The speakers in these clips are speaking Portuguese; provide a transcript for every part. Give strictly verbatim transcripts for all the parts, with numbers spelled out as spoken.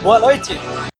Boa noite.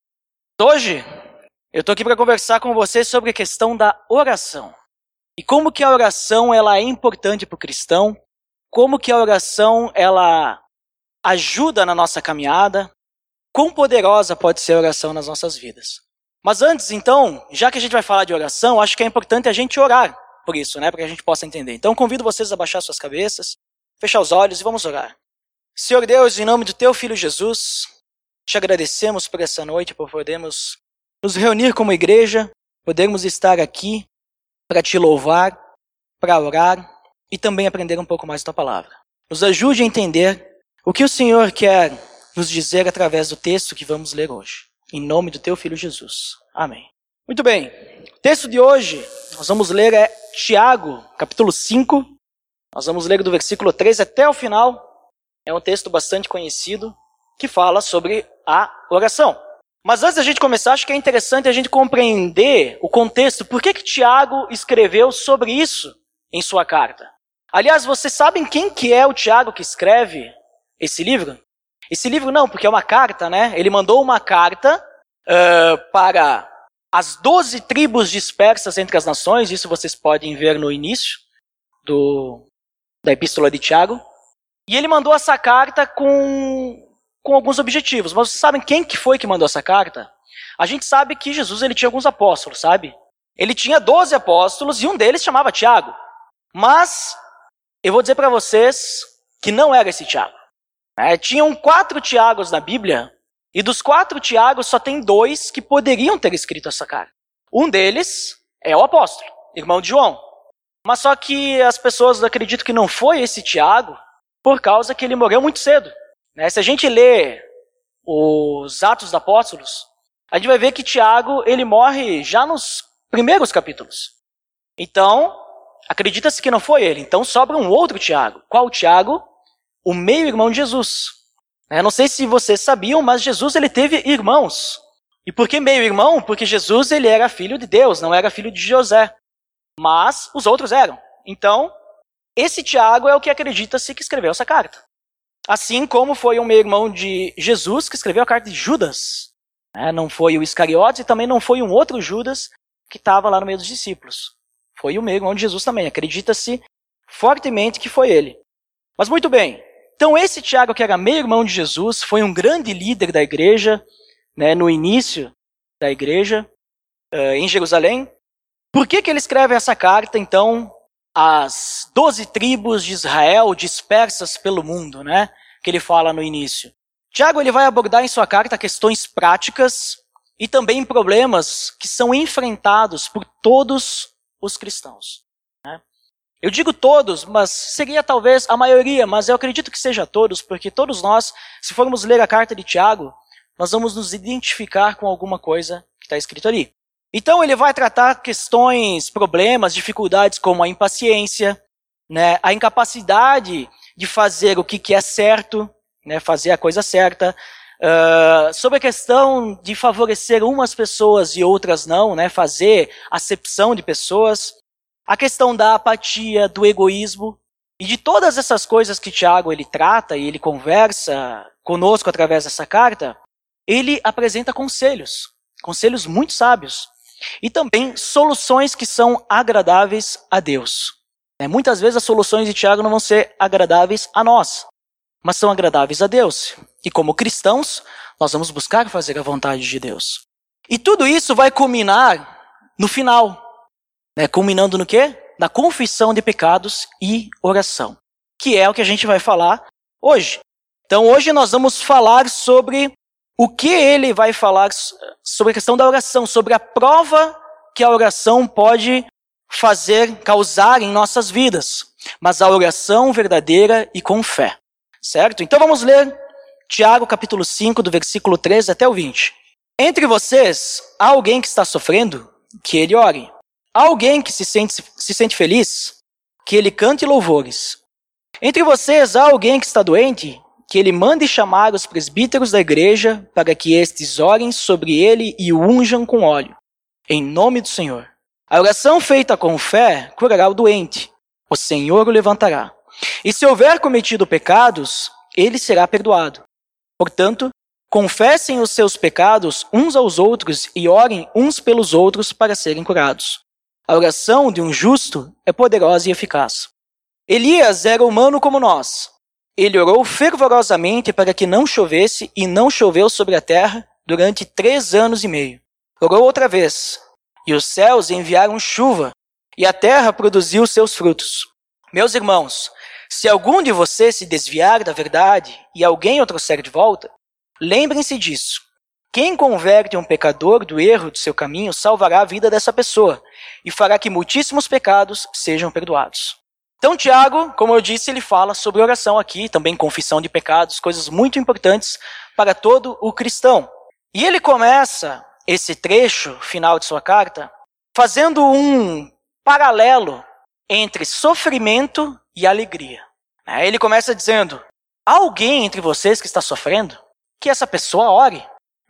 Hoje eu tô aqui para conversar com vocês sobre a questão da oração. E como que a oração ela é importante para o cristão, como que a oração ela ajuda na nossa caminhada, quão poderosa pode ser a oração nas nossas vidas. Mas antes, então, já que a gente vai falar de oração, acho que é importante a gente orar por isso, né, para que a gente possa entender. Então convido vocês a baixar suas cabeças, fechar os olhos e vamos orar. Senhor Deus, em nome do Teu Filho Jesus, te agradecemos por essa noite, por podermos nos reunir como igreja, podermos estar aqui para Te louvar, para orar e também aprender um pouco mais da Tua palavra. Nos ajude a entender o que o Senhor quer nos dizer através do texto que vamos ler hoje. Em nome do Teu Filho Jesus. Amém. Muito bem, o texto de hoje nós vamos ler é Tiago, capítulo cinco. Nós vamos ler do versículo três até o final. É um texto bastante conhecido que fala sobre a oração. Mas antes da gente começar, acho que é interessante a gente compreender o contexto. Por que que Tiago escreveu sobre isso em sua carta? Aliás, vocês sabem quem que é o Tiago que escreve esse livro? Esse livro não, porque é uma carta, né? Ele mandou uma carta uh, para as doze tribos dispersas entre as nações. Isso vocês podem ver no início do, da epístola de Tiago. E ele mandou essa carta com, com alguns objetivos. Mas vocês sabem quem que foi que mandou essa carta? A gente sabe que Jesus ele tinha alguns apóstolos, sabe? Ele tinha doze apóstolos e um deles chamava Tiago. Mas eu vou dizer para vocês que não era esse Tiago. É, tinham quatro Tiagos na Bíblia, e dos quatro Tiagos só tem dois que poderiam ter escrito essa carta. Um deles é o apóstolo, irmão de João. Mas só que as pessoas acreditam que não foi esse Tiago, por causa que ele morreu muito cedo. Né? Se a gente lê os Atos dos Apóstolos, a gente vai ver que Tiago ele morre já nos primeiros capítulos. Então, acredita-se que não foi ele. Então sobra um outro Tiago. Qual Tiago? O meio-irmão de Jesus. Eu não sei se vocês sabiam, mas Jesus ele teve irmãos. E por que meio-irmão? Porque Jesus ele era filho de Deus, não era filho de José. Mas os outros eram. Então, esse Tiago é o que acredita-se que escreveu essa carta. Assim como foi um meio-irmão de Jesus que escreveu a carta de Judas. Não foi o Iscariotes e também não foi um outro Judas que estava lá no meio dos discípulos. Foi o meio-irmão de Jesus também. Acredita-se fortemente que foi ele. Mas muito bem. Então esse Tiago, que era meio-irmão de Jesus, foi um grande líder da igreja, né, no início da igreja, uh, em Jerusalém. Por que que ele escreve essa carta, então, às doze tribos de Israel dispersas pelo mundo, né, que ele fala no início? Tiago ele vai abordar em sua carta questões práticas e também problemas que são enfrentados por todos os cristãos. Né? Eu digo todos, mas seria talvez a maioria, mas eu acredito que seja todos, porque todos nós, se formos ler a carta de Tiago, nós vamos nos identificar com alguma coisa que está escrito ali. Então ele vai tratar questões, problemas, dificuldades como a impaciência, né, a incapacidade de fazer o que, que é certo, né, fazer a coisa certa, uh, sobre a questão de favorecer umas pessoas e outras não, né, fazer acepção de pessoas, a questão da apatia, do egoísmo, e de todas essas coisas que Tiago ele trata e ele conversa conosco através dessa carta, ele apresenta conselhos, conselhos muito sábios, e também soluções que são agradáveis a Deus. É, muitas vezes as soluções de Tiago não vão ser agradáveis a nós, mas são agradáveis a Deus. E como cristãos, nós vamos buscar fazer a vontade de Deus. E tudo isso vai culminar no final. Né, culminando no quê? Na confissão de pecados e oração, que é o que a gente vai falar hoje. Então hoje nós vamos falar sobre o que ele vai falar sobre a questão da oração, sobre a prova que a oração pode fazer, causar em nossas vidas, mas a oração verdadeira e com fé, certo? Então vamos ler Tiago capítulo cinco, do versículo treze até o vinte. Entre vocês, há alguém que está sofrendo? Que ele ore. Há alguém que se sente, se sente feliz? Que ele cante louvores. Entre vocês há alguém que está doente? Que ele mande chamar os presbíteros da igreja para que estes orem sobre ele e o unjam com óleo, em nome do Senhor. A oração feita com fé curará o doente. O Senhor o levantará. E se houver cometido pecados, ele será perdoado. Portanto, Confessem os seus pecados uns aos outros e orem uns pelos outros para serem curados. A oração de um justo é poderosa e eficaz. Elias era humano como nós. Ele orou fervorosamente para que não chovesse e não choveu sobre a terra durante três anos e meio. Orou outra vez, e os céus enviaram chuva, e a terra produziu seus frutos. Meus irmãos, se algum de vocês se desviar da verdade e alguém o trouxer de volta, lembrem-se disso. Quem converte um pecador do erro do seu caminho salvará a vida dessa pessoa e fará que muitíssimos pecados sejam perdoados. Então, Tiago, como eu disse, ele fala sobre oração aqui, também confissão de pecados, coisas muito importantes para todo o cristão. E ele começa esse trecho final de sua carta fazendo um paralelo entre sofrimento e alegria. Ele começa dizendo: há alguém entre vocês que está sofrendo? Que essa pessoa ore.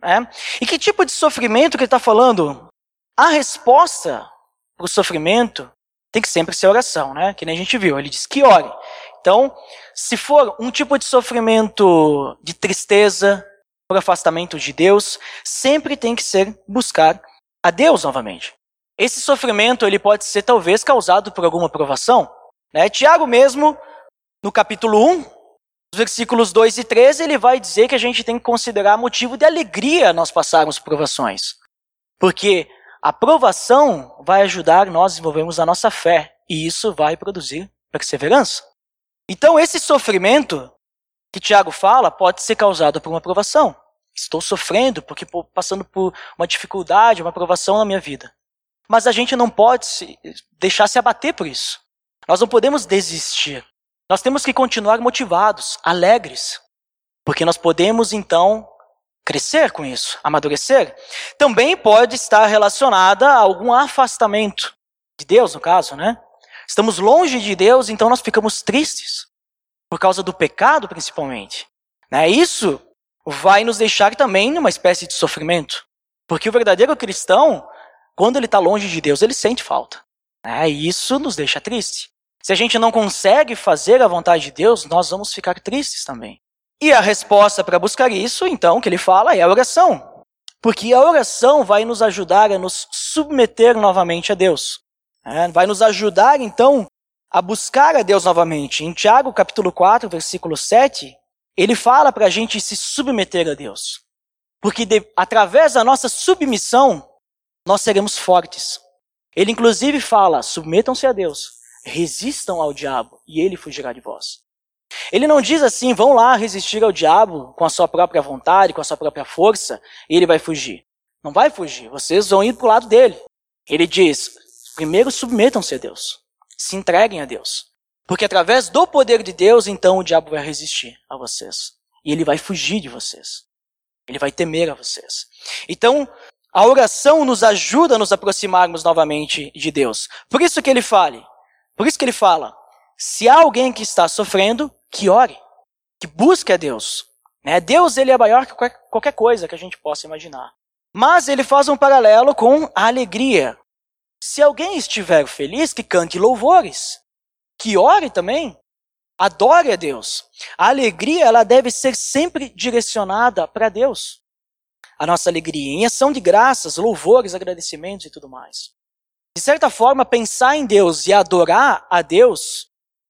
E que tipo de sofrimento que ele está falando? A resposta para o sofrimento tem que sempre ser oração, né? Que nem a gente viu, ele diz que ore. Então, se for um tipo de sofrimento de tristeza, por afastamento de Deus, sempre tem que ser buscar a Deus novamente. Esse sofrimento ele pode ser talvez causado por alguma provação. Né? Tiago mesmo, no capítulo um, versículos dois e treze, ele vai dizer que a gente tem que considerar motivo de alegria nós passarmos provações. Porque a provação vai ajudar nós a desenvolvermos a nossa fé, e isso vai produzir perseverança. Então esse sofrimento que Tiago fala pode ser causado por uma provação. Estou sofrendo porque estou passando por uma dificuldade, uma provação na minha vida. Mas a gente não pode se deixar se abater por isso. Nós não podemos desistir. Nós temos que continuar motivados, alegres, porque nós podemos então crescer com isso, amadurecer. Também pode estar relacionada a algum afastamento de Deus, no caso, né? Estamos longe de Deus, então nós ficamos tristes, por causa do pecado principalmente. Né? Isso vai nos deixar também numa espécie de sofrimento, porque o verdadeiro cristão, quando ele está longe de Deus, ele sente falta. Né? E isso nos deixa triste. Se a gente não consegue fazer a vontade de Deus, nós vamos ficar tristes também. E a resposta para buscar isso, então, que ele fala, é a oração. Porque a oração vai nos ajudar a nos submeter novamente a Deus. É, vai nos ajudar, então, a buscar a Deus novamente. Em Tiago, capítulo quatro, versículo sete, ele fala para a gente se submeter a Deus. Porque de, através da nossa submissão, nós seremos fortes. Ele, inclusive, fala, submetam-se a Deus, resistam ao diabo, e ele fugirá de vós. Ele não diz assim, vão lá resistir ao diabo com a sua própria vontade, com a sua própria força, e ele vai fugir. Não vai fugir, vocês vão ir para o lado dele. Ele diz, primeiro submetam-se a Deus, se entreguem a Deus. Porque através do poder de Deus, então o diabo vai resistir a vocês. E ele vai fugir de vocês. Ele vai temer a vocês. Então, a oração nos ajuda a nos aproximarmos novamente de Deus. Por isso que ele fale, por isso que ele fala, se há alguém que está sofrendo, que ore, que busque a Deus. Né? Deus ele é maior que qualquer, qualquer coisa que a gente possa imaginar. Mas ele faz um paralelo com a alegria. Se alguém estiver feliz, que cante louvores, que ore também, adore a Deus. A alegria ela deve ser sempre direcionada para Deus. A nossa alegria em ação de graças, louvores, agradecimentos e tudo mais. De certa forma, pensar em Deus e adorar a Deus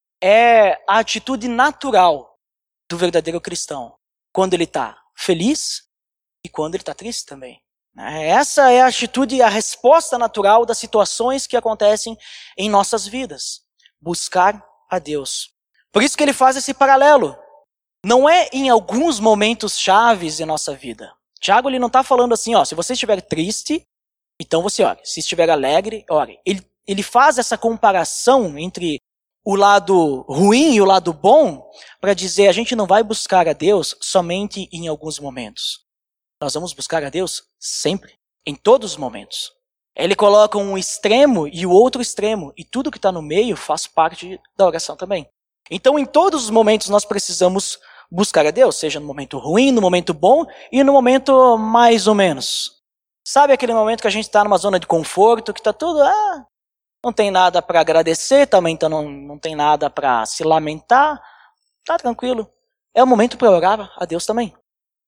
é a atitude natural do verdadeiro cristão. Quando ele está feliz e quando ele está triste também. Essa é a atitude e a resposta natural das situações que acontecem em nossas vidas. Buscar a Deus. Por isso que ele faz esse paralelo. Não é em alguns momentos chaves em nossa vida. Tiago ele não está falando assim, ó, se você estiver triste, então você ore. Se estiver alegre, ore. Ele, ele faz essa comparação entre o lado ruim e o lado bom para dizer a gente não vai buscar a Deus somente em alguns momentos. Nós vamos buscar a Deus sempre, em todos os momentos. Ele coloca um extremo e o outro extremo, e tudo que está no meio faz parte da oração também. Então, em todos os momentos, nós precisamos buscar a Deus, seja no momento ruim, no momento bom e no momento mais ou menos. Sabe aquele momento que a gente está numa zona de conforto, que está tudo, ah, não tem nada para agradecer, também então não, não tem nada para se lamentar, tá tranquilo. É o momento para orar a Deus também.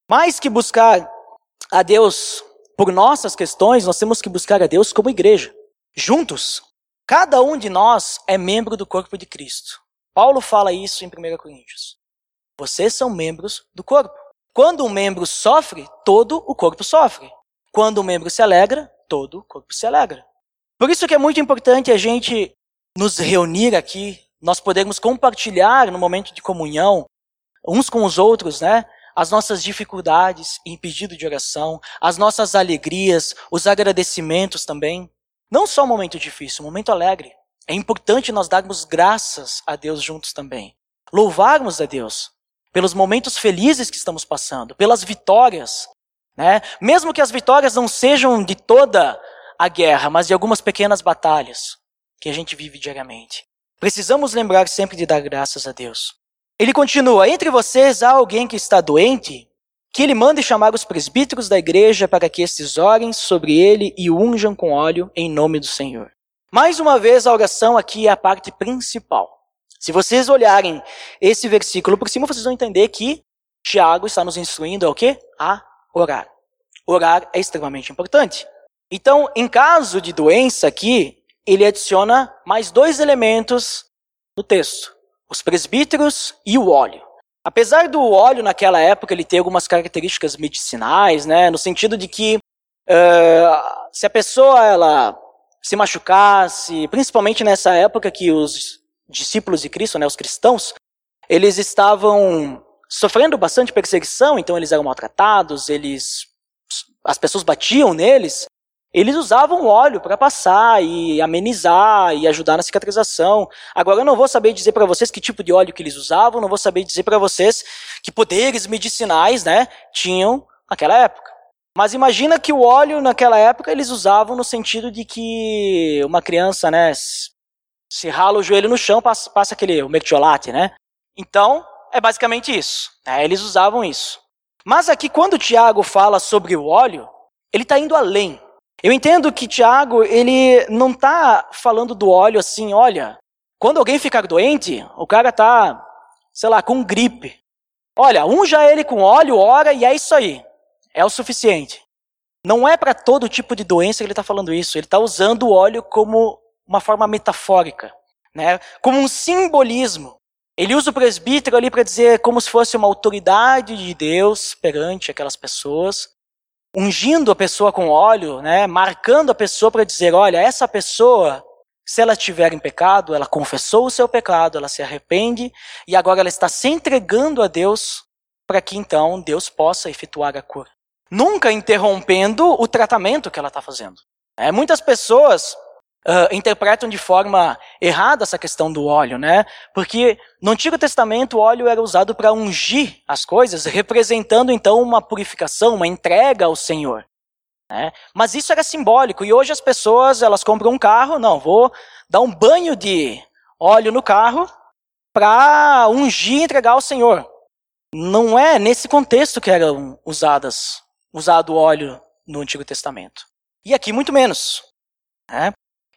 Mais que buscar a Deus por nossas questões, nós temos que buscar a Deus como igreja, juntos. Cada um de nós é membro do corpo de Cristo. Paulo fala isso em primeira Coríntios. Vocês são membros do corpo. Quando um membro sofre, todo o corpo sofre. Quando um membro se alegra, todo o corpo se alegra. Por isso que é muito importante a gente nos reunir aqui, nós podermos compartilhar no momento de comunhão, uns com os outros, né? As nossas dificuldades em pedido de oração, as nossas alegrias, os agradecimentos também. Não só um momento difícil, um momento alegre. É importante nós darmos graças a Deus juntos também. Louvarmos a Deus pelos momentos felizes que estamos passando, pelas vitórias, né? Mesmo que as vitórias não sejam de toda a guerra, mas de algumas pequenas batalhas que a gente vive diariamente. Precisamos lembrar sempre de dar graças a Deus. Ele continua, entre vocês há alguém que está doente, que ele mande chamar os presbíteros da igreja para que estes orem sobre ele e o unjam com óleo em nome do Senhor. Mais uma vez, a oração aqui é a parte principal. Se vocês olharem esse versículo por cima, vocês vão entender que Tiago está nos instruindo a o quê? A orar. Orar é extremamente importante. Então, em caso de doença aqui, ele adiciona mais dois elementos no texto. Os presbíteros e o óleo. Apesar do óleo naquela época ele ter algumas características medicinais, né, no sentido de que uh, se a pessoa ela se machucasse, principalmente nessa época que os discípulos de Cristo, né, os cristãos, eles estavam sofrendo bastante perseguição, então eles eram maltratados, eles, as pessoas batiam neles, eles usavam óleo para passar e amenizar e ajudar na cicatrização. Agora eu não vou saber dizer para vocês que tipo de óleo que eles usavam, não vou saber dizer para vocês que poderes medicinais, né, tinham naquela época. Mas imagina que o óleo naquela época eles usavam no sentido de que uma criança, né, se rala o joelho no chão, passa, passa aquele o mertiolate, né? Então, é basicamente isso. Né? Eles usavam isso. Mas aqui, quando o Tiago fala sobre o óleo, ele está indo além. Eu entendo que Tiago, ele não está falando do óleo assim, olha, quando alguém ficar doente, o cara está, sei lá, com gripe. Olha, unja ele com óleo, ora e é isso aí. É o suficiente. Não é para todo tipo de doença que ele está falando isso. Ele está usando o óleo como uma forma metafórica, né? Como um simbolismo. Ele usa o presbítero ali para dizer como se fosse uma autoridade de Deus perante aquelas pessoas, ungindo a pessoa com óleo, né? Marcando a pessoa para dizer, olha, essa pessoa, se ela estiver em pecado, ela confessou o seu pecado, ela se arrepende e agora ela está se entregando a Deus para que então Deus possa efetuar a cura. Nunca interrompendo o tratamento que ela está fazendo. É, muitas pessoas Uh, interpretam de forma errada essa questão do óleo, né? Porque no Antigo Testamento o óleo era usado para ungir as coisas, representando então uma purificação, uma entrega ao Senhor. Né? Mas isso era simbólico, e hoje as pessoas elas compram um carro, não, vou dar um banho de óleo no carro para ungir e entregar ao Senhor. Não é nesse contexto que era usadas, usado o óleo no Antigo Testamento. E aqui muito menos. Né?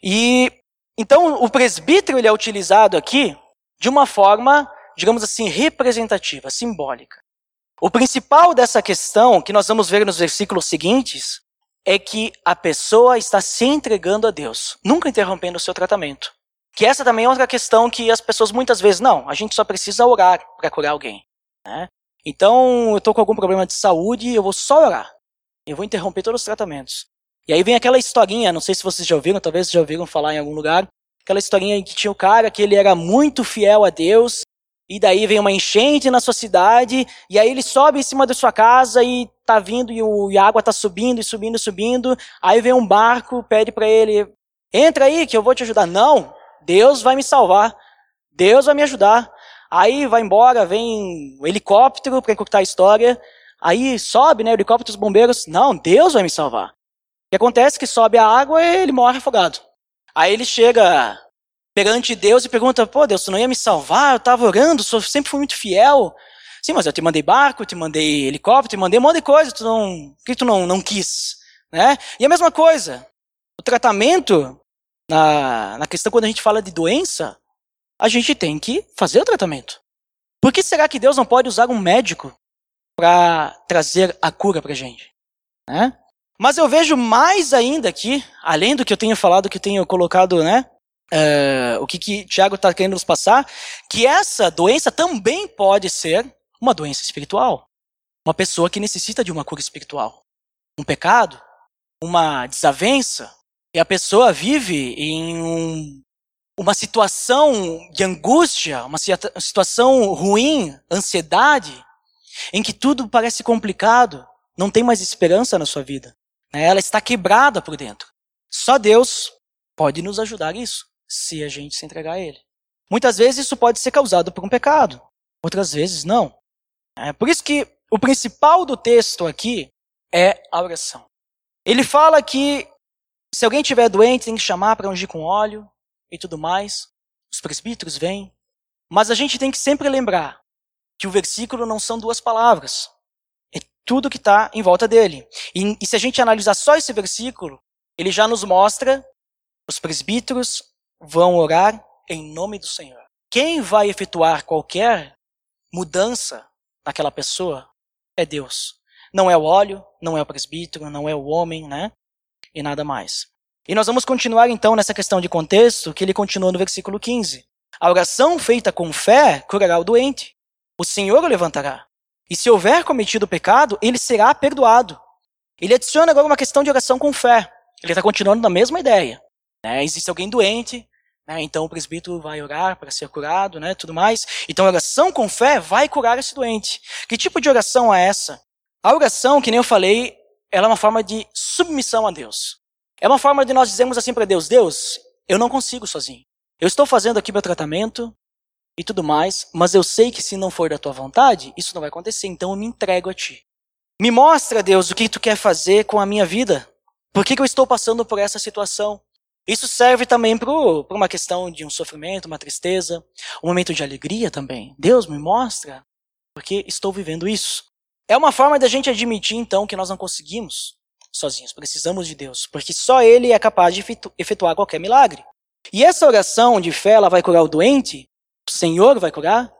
E então o presbítero ele é utilizado aqui de uma forma, digamos assim, representativa, simbólica. O principal dessa questão, que nós vamos ver nos versículos seguintes, é que a pessoa está se entregando a Deus, nunca interrompendo o seu tratamento. Que essa também é outra questão que as pessoas muitas vezes, não, a gente só precisa orar para curar alguém. Né? Então, eu estou com algum problema de saúde, eu vou só orar. Eu vou interromper todos os tratamentos. E aí vem aquela historinha, não sei se vocês já ouviram, talvez já ouviram falar em algum lugar, aquela historinha em que tinha o cara que ele era muito fiel a Deus, e daí vem uma enchente na sua cidade, e aí ele sobe em cima da sua casa e tá vindo, e, o, e a água tá subindo, e subindo, e subindo, aí vem um barco, pede para ele, entra aí que eu vou te ajudar. Não, Deus vai me salvar, Deus vai me ajudar. Aí vai embora, vem um helicóptero para encurtar a história, aí sobe, né, o helicóptero dos bombeiros, não, Deus vai me salvar. O que acontece é que sobe a água e ele morre afogado. Aí ele chega perante Deus e pergunta, pô Deus, tu não ia me salvar? Eu estava orando, sempre fui muito fiel. Sim, mas eu te mandei barco, te mandei helicóptero, te mandei um monte de coisa, tu não, por que tu não, não quis? Né? E a mesma coisa, o tratamento, na, na questão quando a gente fala de doença, a gente tem que fazer o tratamento. Por que será que Deus não pode usar um médico para trazer a cura para a gente, né? Mas eu vejo mais ainda aqui, além do que eu tenho falado, que eu tenho colocado, né? Uh, o que, que Tiago está querendo nos passar, que essa doença também pode ser uma doença espiritual. Uma pessoa que necessita de uma cura espiritual. Um pecado, uma desavença, e a pessoa vive em um, uma situação de angústia, uma situação ruim, ansiedade, em que tudo parece complicado, não tem mais esperança na sua vida. Ela está quebrada por dentro. Só Deus pode nos ajudar nisso, se a gente se entregar a Ele. Muitas vezes isso pode ser causado por um pecado, outras vezes não. É por isso que o principal do texto aqui é a oração. Ele fala que se alguém estiver doente, tem que chamar para ungir com óleo e tudo mais. Os presbíteros vêm. Mas a gente tem que sempre lembrar que o versículo não são duas palavras. É tudo que está em volta dele. E, e se a gente analisar só esse versículo, ele já nos mostra os presbíteros vão orar em nome do Senhor. Quem vai efetuar qualquer mudança naquela pessoa é Deus. Não é o óleo, não é o presbítero, não é o homem, né? E nada mais. E nós vamos continuar então nessa questão de contexto, que ele continua no versículo quinze. A oração feita com fé curará o doente. O Senhor o levantará. E se houver cometido pecado, ele será perdoado. Ele adiciona agora uma questão de oração com fé. Ele está continuando na mesma ideia. Né? Existe alguém doente, né? Então o presbítero vai orar para ser curado, né? Tudo mais. Então a oração com fé vai curar esse doente. Que tipo de oração é essa? A oração, que nem eu falei, ela é uma forma de submissão a Deus. É uma forma de nós dizermos assim para Deus, Deus, eu não consigo sozinho. Eu estou fazendo aqui meu tratamento e tudo mais, mas eu sei que se não for da tua vontade, isso não vai acontecer, então eu me entrego a ti. Me mostra, Deus, o que tu quer fazer com a minha vida. Por que, que eu estou passando por essa situação? Isso serve também para uma questão de um sofrimento, uma tristeza, um momento de alegria também. Deus, me mostra, porque estou vivendo isso. É uma forma da gente admitir, então, que nós não conseguimos sozinhos. Precisamos de Deus, porque só Ele é capaz de efetuar qualquer milagre. E essa oração de fé, ela vai curar o doente? O Senhor vai curar?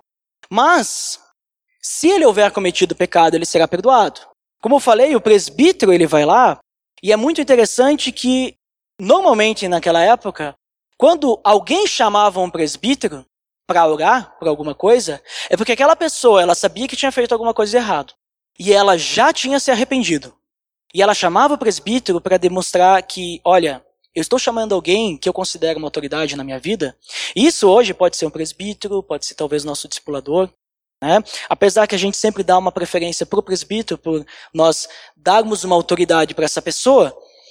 Mas, se ele houver cometido pecado, ele será perdoado. Como eu falei, o presbítero, ele vai lá, e é muito interessante que, normalmente naquela época, quando alguém chamava um presbítero para orar por alguma coisa, é porque aquela pessoa, ela sabia que tinha feito alguma coisa errada. E ela já tinha se arrependido. E ela chamava o presbítero para demonstrar que, olha, eu estou chamando alguém que eu considero uma autoridade na minha vida. E isso hoje pode ser um presbítero, pode ser talvez nosso discipulador. Né? Apesar que a gente sempre dá uma preferência para o presbítero, por nós darmos uma autoridade para essa pessoa.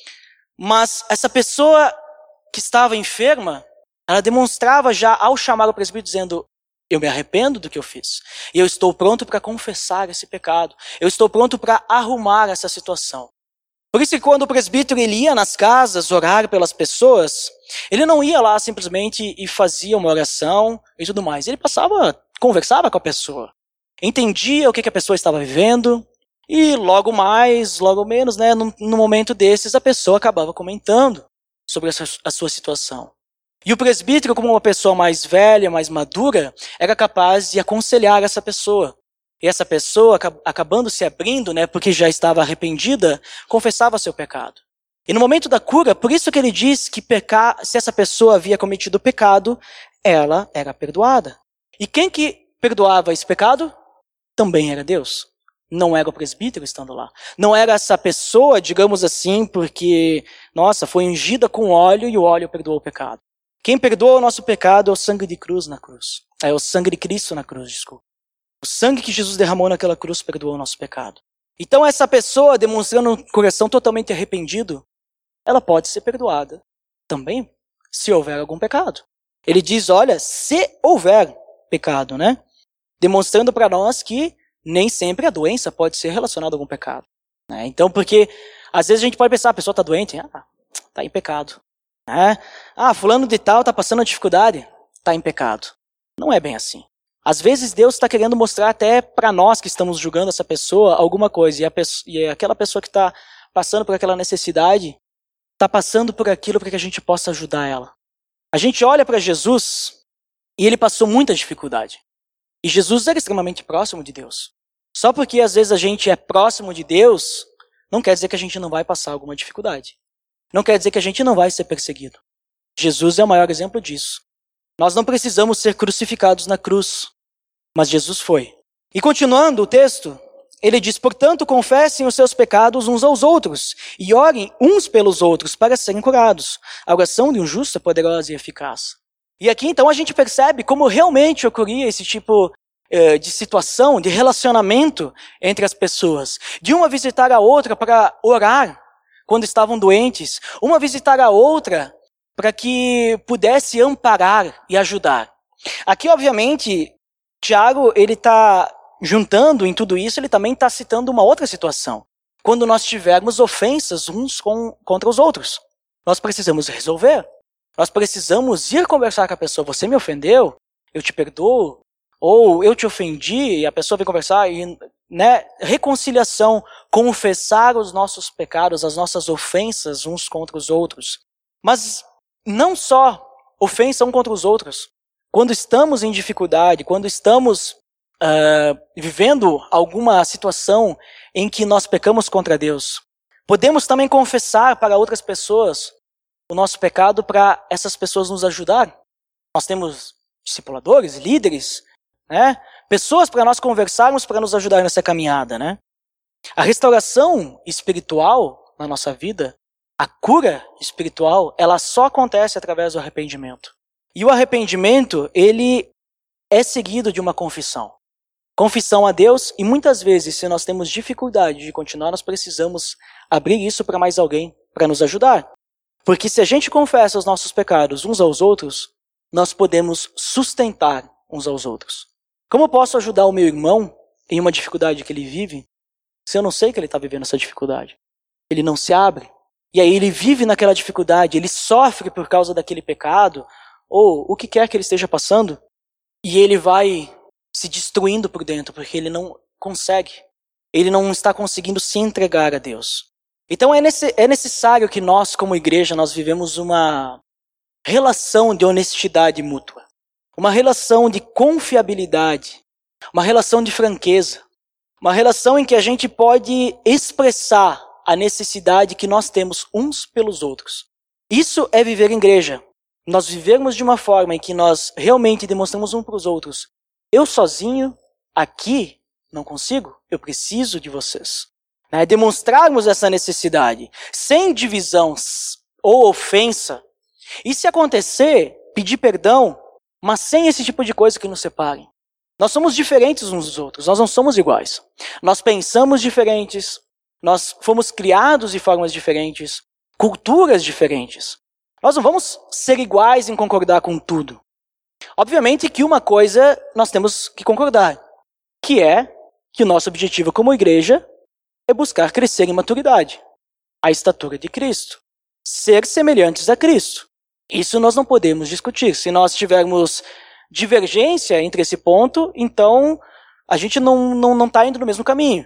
Mas essa pessoa que estava enferma, ela demonstrava já ao chamar o presbítero dizendo, eu me arrependo do que eu fiz. E eu estou pronto para confessar esse pecado. Eu estou pronto para arrumar essa situação. Por isso que quando o presbítero ele ia nas casas orar pelas pessoas, ele não ia lá simplesmente e fazia uma oração e tudo mais. Ele passava, conversava com a pessoa. Entendia o que, que a pessoa estava vivendo. E logo mais, logo menos, né, no, no momento desses, a pessoa acabava comentando sobre a sua, a sua situação. E o presbítero, como uma pessoa mais velha, mais madura, era capaz de aconselhar essa pessoa. E essa pessoa, acabando se abrindo, né, porque já estava arrependida, confessava seu pecado. E no momento da cura, por isso que ele diz que pecar, se essa pessoa havia cometido pecado, ela era perdoada. E quem que perdoava esse pecado? Também era Deus. Não era o presbítero estando lá. Não era essa pessoa, digamos assim, porque, nossa, foi ungida com óleo e o óleo perdoou o pecado. Quem perdoa o nosso pecado é o sangue de cruz na cruz. É o sangue de Cristo na cruz, desculpa. O sangue que Jesus derramou naquela cruz perdoou o nosso pecado. Então essa pessoa, demonstrando um coração totalmente arrependido, ela pode ser perdoada também, se houver algum pecado. Ele diz, olha, se houver pecado, né? Demonstrando para nós que nem sempre a doença pode ser relacionada a algum pecado. Né? Então, porque às vezes a gente pode pensar, a pessoa está doente, ah, está em pecado. Né? Ah, fulano de tal está passando dificuldade, está em pecado. Não é bem assim. Às vezes Deus está querendo mostrar até para nós que estamos julgando essa pessoa alguma coisa. E, a pessoa, e aquela pessoa que está passando por aquela necessidade, está passando por aquilo para que a gente possa ajudar ela. A gente olha para Jesus e ele passou muita dificuldade. E Jesus era extremamente próximo de Deus. Só porque às vezes a gente é próximo de Deus, não quer dizer que a gente não vai passar alguma dificuldade. Não quer dizer que a gente não vai ser perseguido. Jesus é o maior exemplo disso. Nós não precisamos ser crucificados na cruz, mas Jesus foi. E continuando o texto, ele diz, portanto, confessem os seus pecados uns aos outros e orem uns pelos outros para serem curados. A oração de um justo é poderosa e eficaz. E aqui então a gente percebe como realmente ocorria esse tipo eh, de situação, de relacionamento entre as pessoas. De uma visitar a outra para orar quando estavam doentes, uma visitar a outra para que pudesse amparar e ajudar. Aqui, obviamente, Tiago, ele está juntando em tudo isso, ele também está citando uma outra situação. Quando nós tivermos ofensas uns com, contra os outros, nós precisamos resolver. Nós precisamos ir conversar com a pessoa. Você me ofendeu, eu te perdoo. Ou eu te ofendi e a pessoa vem conversar e, né, reconciliação, confessar os nossos pecados, as nossas ofensas uns contra os outros. Mas não só ofensa um contra os outros. Quando estamos em dificuldade, quando estamos uh, vivendo alguma situação em que nós pecamos contra Deus, podemos também confessar para outras pessoas o nosso pecado para essas pessoas nos ajudar. Nós temos discipuladores, líderes, né? Pessoas para nós conversarmos, para nos ajudar nessa caminhada, né? A restauração espiritual na nossa vida, a cura espiritual, ela só acontece através do arrependimento. E o arrependimento, ele é seguido de uma confissão. Confissão a Deus, e muitas vezes, se nós temos dificuldade de continuar, nós precisamos abrir isso para mais alguém, para nos ajudar. Porque se a gente confessa os nossos pecados uns aos outros, nós podemos sustentar uns aos outros. Como eu posso ajudar o meu irmão em uma dificuldade que ele vive, se eu não sei que ele está vivendo essa dificuldade? Ele não se abre. E aí ele vive naquela dificuldade, ele sofre por causa daquele pecado, ou o que quer que ele esteja passando, e ele vai se destruindo por dentro, porque ele não consegue. Ele não está conseguindo se entregar a Deus. Então é, nesse, é necessário que nós, como igreja, nós vivemos uma relação de honestidade mútua. Uma relação de confiabilidade, uma relação de franqueza, uma relação em que a gente pode expressar a necessidade que nós temos uns pelos outros. Isso é viver em igreja. Nós vivermos de uma forma em que nós realmente demonstramos uns para os outros. Eu sozinho, aqui, não consigo, eu preciso de vocês. Né? Demonstrarmos essa necessidade, sem divisão ou ofensa. E se acontecer, pedir perdão, mas sem esse tipo de coisa que nos separem. Nós somos diferentes uns dos outros, nós não somos iguais. Nós pensamos diferentes, nós fomos criados de formas diferentes, culturas diferentes. Nós não vamos ser iguais em concordar com tudo. Obviamente que uma coisa nós temos que concordar, que é que o nosso objetivo como igreja é buscar crescer em maturidade, a estatura de Cristo, ser semelhantes a Cristo. Isso nós não podemos discutir. Se nós tivermos divergência entre esse ponto, então a gente não não não está indo no mesmo caminho.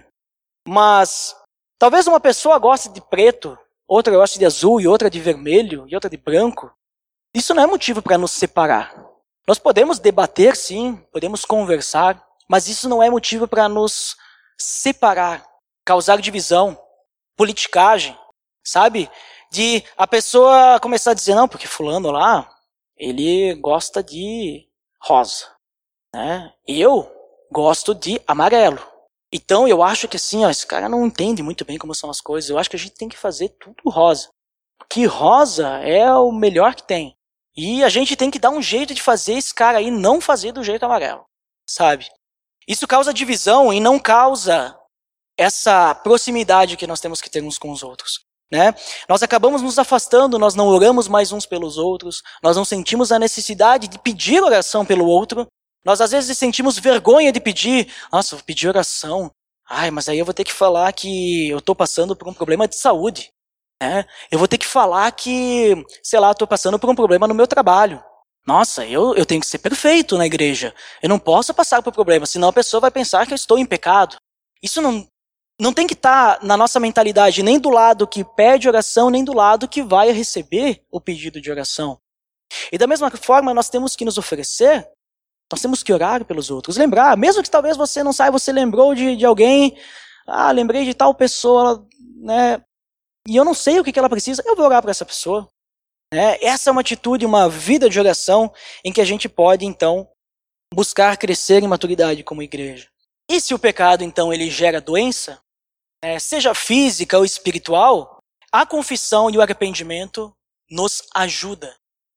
Mas talvez uma pessoa goste de preto, outra goste de azul, e outra de vermelho, e outra de branco. Isso não é motivo para nos separar. Nós podemos debater, sim, podemos conversar, mas isso não é motivo para nos separar, causar divisão, politicagem, sabe? De a pessoa começar a dizer, não, porque fulano lá, ele gosta de rosa, né? Eu gosto de amarelo. Então eu acho que assim, ó, esse cara não entende muito bem como são as coisas. Eu acho que a gente tem que fazer tudo rosa. Porque rosa é o melhor que tem. E a gente tem que dar um jeito de fazer esse cara aí não fazer do jeito amarelo, sabe? Isso causa divisão e não causa essa proximidade que nós temos que ter uns com os outros. Né? Nós acabamos nos afastando, nós não oramos mais uns pelos outros, nós não sentimos a necessidade de pedir oração pelo outro, nós às vezes sentimos vergonha de pedir, nossa, vou pedir oração, ai, mas aí eu vou ter que falar que eu estou passando por um problema de saúde, né? Eu vou ter que falar que, sei lá, estou passando por um problema no meu trabalho. Nossa, eu, eu tenho que ser perfeito na igreja, eu não posso passar por problema, senão a pessoa vai pensar que eu estou em pecado. Isso não Não tem que estar na nossa mentalidade nem do lado que pede oração, nem do lado que vai receber o pedido de oração. E da mesma forma, nós temos que nos oferecer Nós temos que orar pelos outros. Lembrar, mesmo que talvez você não saiba, você lembrou de, de alguém. Ah, lembrei de tal pessoa, né? E eu não sei o que, que ela precisa. Eu vou orar para essa pessoa. Né? Essa é uma atitude, uma vida de oração em que a gente pode, então, buscar crescer em maturidade como igreja. E se o pecado, então, ele gera doença, né, seja física ou espiritual, a confissão e o arrependimento nos ajuda.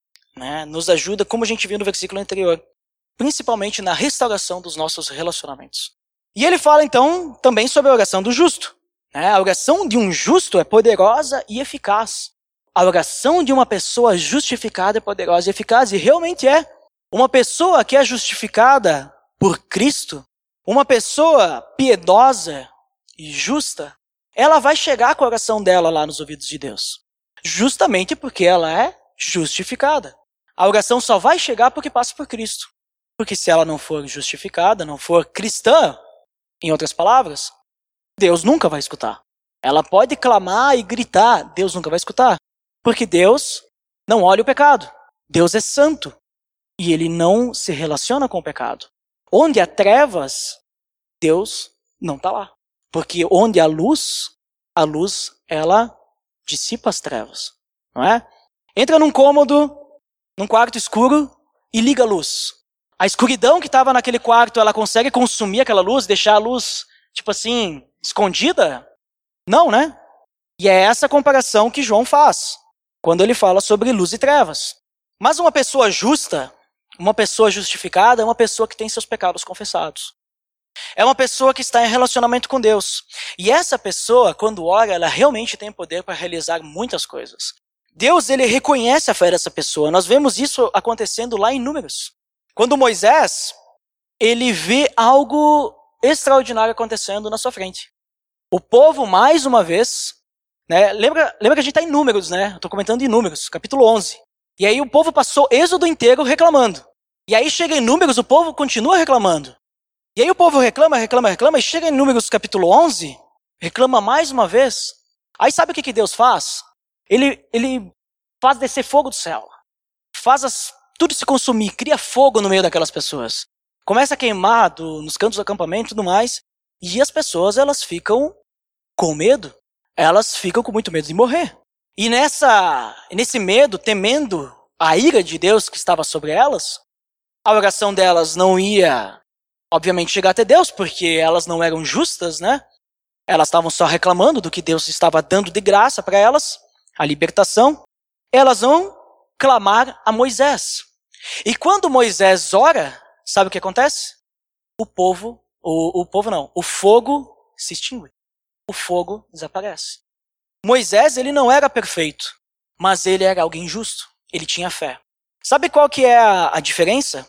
Né? Nos ajuda, como a gente viu no versículo anterior, principalmente na restauração dos nossos relacionamentos. E ele fala, então, também sobre a oração do justo. Né? A oração de um justo é poderosa e eficaz. A oração de uma pessoa justificada é poderosa e eficaz, e realmente é. Uma pessoa que é justificada por Cristo, uma pessoa piedosa e justa, ela vai chegar com a oração dela lá nos ouvidos de Deus. Justamente porque ela é justificada. A oração só vai chegar porque passa por Cristo. Porque se ela não for justificada, não for cristã, em outras palavras, Deus nunca vai escutar. Ela pode clamar e gritar, Deus nunca vai escutar. Porque Deus não olha o pecado. Deus é santo. E ele não se relaciona com o pecado. Onde há trevas, Deus não está lá. Porque onde há luz, a luz, ela dissipa as trevas. Não é? Entra num cômodo, num quarto escuro e liga a luz. A escuridão que estava naquele quarto, ela consegue consumir aquela luz, deixar a luz, tipo assim, escondida? Não, né? E é essa comparação que João faz, quando ele fala sobre luz e trevas. Mas uma pessoa justa, uma pessoa justificada, é uma pessoa que tem seus pecados confessados. É uma pessoa que está em relacionamento com Deus. E essa pessoa, quando ora, ela realmente tem poder para realizar muitas coisas. Deus, ele reconhece a fé dessa pessoa. Nós vemos isso acontecendo lá em Números. Quando Moisés, ele vê algo extraordinário acontecendo na sua frente. O povo, mais uma vez, né, lembra, lembra que a gente está em Números, né? Eu estou comentando em Números, capítulo onze. E aí o povo passou Êxodo inteiro reclamando. E aí chega em Números, o povo continua reclamando. E aí o povo reclama, reclama, reclama, e chega em Números capítulo onze, reclama mais uma vez. Aí sabe o que, que Deus faz? Ele, ele faz descer fogo do céu. Faz as, tudo se consumir, cria fogo no meio daquelas pessoas. Começa a queimar do, nos cantos do acampamento e tudo mais. E as pessoas, elas ficam com medo. Elas ficam com muito medo de morrer. E nessa, nesse medo, temendo a ira de Deus que estava sobre elas, a oração delas não ia, obviamente, chegar até Deus, porque elas não eram justas, né? Elas estavam só reclamando do que Deus estava dando de graça para elas, a libertação. Elas vão clamar a Moisés. E quando Moisés ora, sabe o que acontece? O povo, o, o povo não, o fogo se extingue. O fogo desaparece. Moisés, ele não era perfeito, mas ele era alguém justo. Ele tinha fé. Sabe qual que é a, a diferença?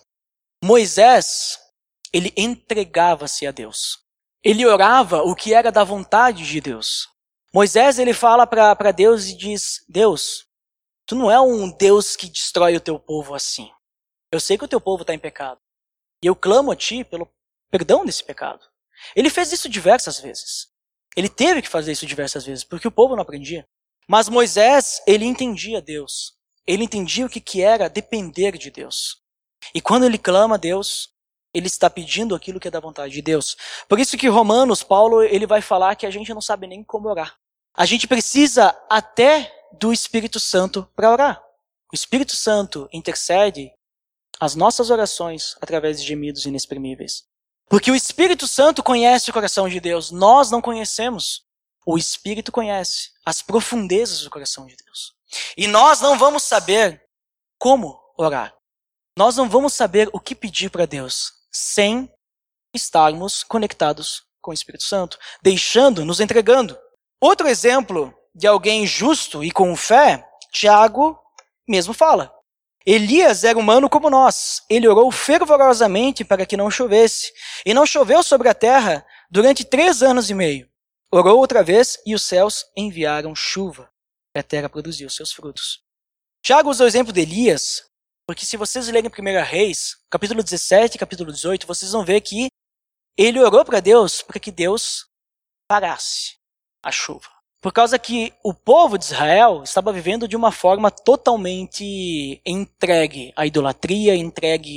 Moisés, ele entregava-se a Deus. Ele orava o que era da vontade de Deus. Moisés, ele fala para Deus e diz, Deus, tu não é um Deus que destrói o teu povo assim. Eu sei que o teu povo está em pecado. E eu clamo a ti pelo perdão desse pecado. Ele fez isso diversas vezes. Ele teve que fazer isso diversas vezes, porque o povo não aprendia. Mas Moisés, ele entendia Deus. Ele entendia o que, que era depender de Deus. E quando ele clama a Deus, ele está pedindo aquilo que é da vontade de Deus. Por isso que Romanos, Paulo, ele vai falar que a gente não sabe nem como orar. A gente precisa até do Espírito Santo para orar. O Espírito Santo intercede as nossas orações através de gemidos inexprimíveis. Porque o Espírito Santo conhece o coração de Deus. Nós não conhecemos. O Espírito conhece as profundezas do coração de Deus. E nós não vamos saber como orar. Nós não vamos saber o que pedir para Deus sem estarmos conectados com o Espírito Santo, deixando, nos entregando. Outro exemplo de alguém justo e com fé, Tiago mesmo fala. Elias era humano como nós. Ele orou fervorosamente para que não chovesse. E não choveu sobre a terra durante três anos e meio. Orou outra vez e os céus enviaram chuva. E a terra produziu seus frutos. Tiago usa o exemplo de Elias, porque se vocês lerem primeiro Reis, capítulo dezessete e capítulo dezoito, vocês vão ver que ele orou para Deus para que Deus parasse a chuva. Por causa que o povo de Israel estava vivendo de uma forma totalmente entregue à idolatria, entregue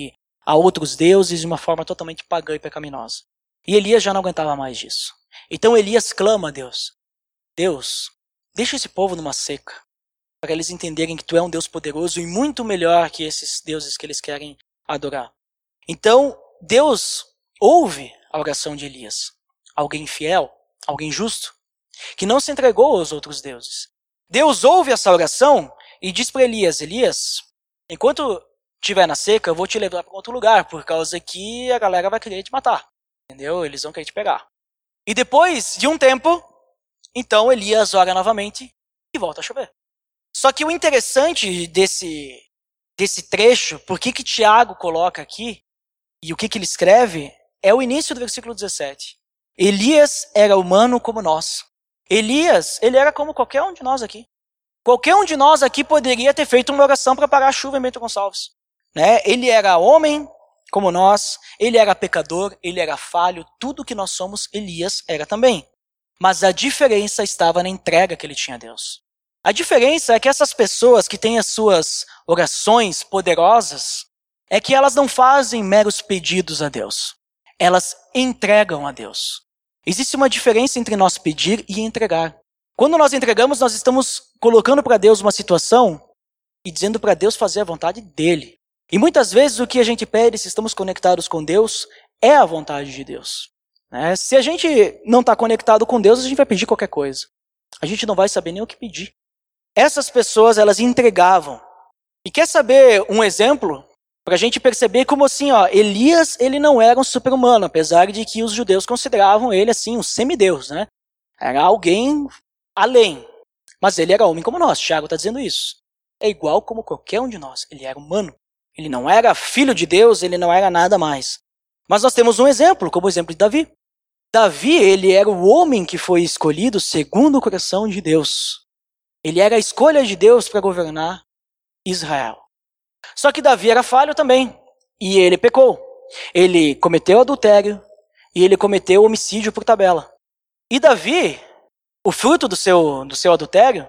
a outros deuses de uma forma totalmente pagã e pecaminosa. E Elias já não aguentava mais disso. Então Elias clama a Deus. Deus, deixa esse povo numa seca, para eles entenderem que tu é um Deus poderoso e muito melhor que esses deuses que eles querem adorar. Então Deus ouve a oração de Elias. Alguém fiel, alguém justo, que não se entregou aos outros deuses. Deus ouve essa oração e diz para Elias, Elias, enquanto estiver na seca, eu vou te levar para outro lugar, por causa que a galera vai querer te matar. Entendeu? Eles vão querer te pegar. E depois de um tempo, então Elias ora novamente e volta a chover. Só que o interessante desse, desse trecho, por que que Tiago coloca aqui, e o que que ele escreve, é o início do versículo dezessete. Elias era humano como nós. Elias, ele era como qualquer um de nós aqui. Qualquer um de nós aqui poderia ter feito uma oração para parar a chuva em Bento Gonçalves. Né? Ele era homem como nós, ele era pecador, ele era falho, tudo que nós somos, Elias era também. Mas a diferença estava na entrega que ele tinha a Deus. A diferença é que essas pessoas que têm as suas orações poderosas, é que elas não fazem meros pedidos a Deus. Elas entregam a Deus. Existe uma diferença entre nós pedir e entregar. Quando nós entregamos, nós estamos colocando para Deus uma situação e dizendo para Deus fazer a vontade dele. E muitas vezes o que a gente pede, se estamos conectados com Deus, é a vontade de Deus. Né? Se a gente não está conectado com Deus, a gente vai pedir qualquer coisa. A gente não vai saber nem o que pedir. Essas pessoas, elas entregavam. E quer saber um exemplo? Para a gente perceber como assim, ó, Elias, ele não era um super-humano, apesar de que os judeus consideravam ele assim, um semideus, né? Era alguém além. Mas ele era homem como nós, Tiago está dizendo isso. É igual como qualquer um de nós, ele era humano. Ele não era filho de Deus, ele não era nada mais. Mas nós temos um exemplo, como o exemplo de Davi. Davi, ele era o homem que foi escolhido segundo o coração de Deus. Ele era a escolha de Deus para governar Israel. Só que Davi era falho também, e ele pecou. Ele cometeu adultério, e ele cometeu homicídio por tabela. E Davi, o fruto do seu, do seu adultério,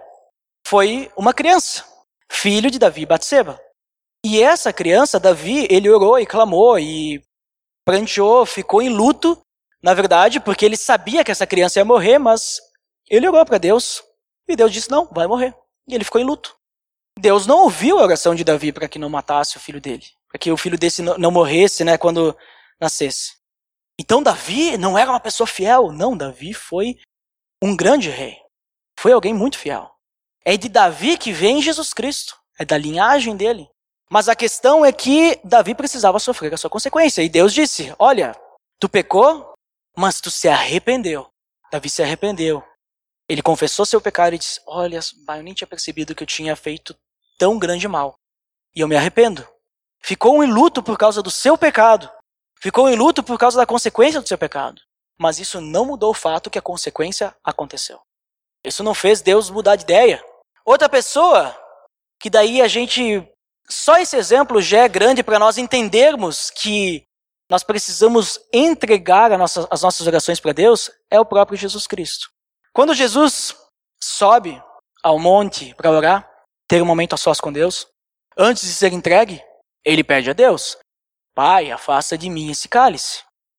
foi uma criança, filho de Davi e Batseba. E essa criança, Davi, ele orou e clamou, e pranteou, ficou em luto, na verdade, porque ele sabia que essa criança ia morrer, mas ele orou para Deus, e Deus disse, não, vai morrer. E ele ficou em luto. Deus não ouviu a oração de Davi para que não matasse o filho dele, para que o filho desse não morresse, né, quando nascesse. Então Davi não era uma pessoa fiel, não, Davi foi um grande rei, foi alguém muito fiel. É de Davi que vem Jesus Cristo, é da linhagem dele. Mas a questão é que Davi precisava sofrer a sua consequência, e Deus disse, olha, tu pecou, mas tu se arrependeu. Davi se arrependeu. Ele confessou seu pecado e disse, olha, eu nem tinha percebido que eu tinha feito tão grande mal. E eu me arrependo. Ficou em luto por causa do seu pecado. Ficou em luto por causa da consequência do seu pecado. Mas isso não mudou o fato que a consequência aconteceu. Isso não fez Deus mudar de ideia. Outra pessoa, que daí a gente... Só esse exemplo já é grande para nós entendermos que nós precisamos entregar a nossa, as nossas orações para Deus, é o próprio Jesus Cristo. Quando Jesus sobe ao monte para orar, ter um momento a sós com Deus, antes de ser entregue, ele pede a Deus, Pai, afasta de mim esse cálice,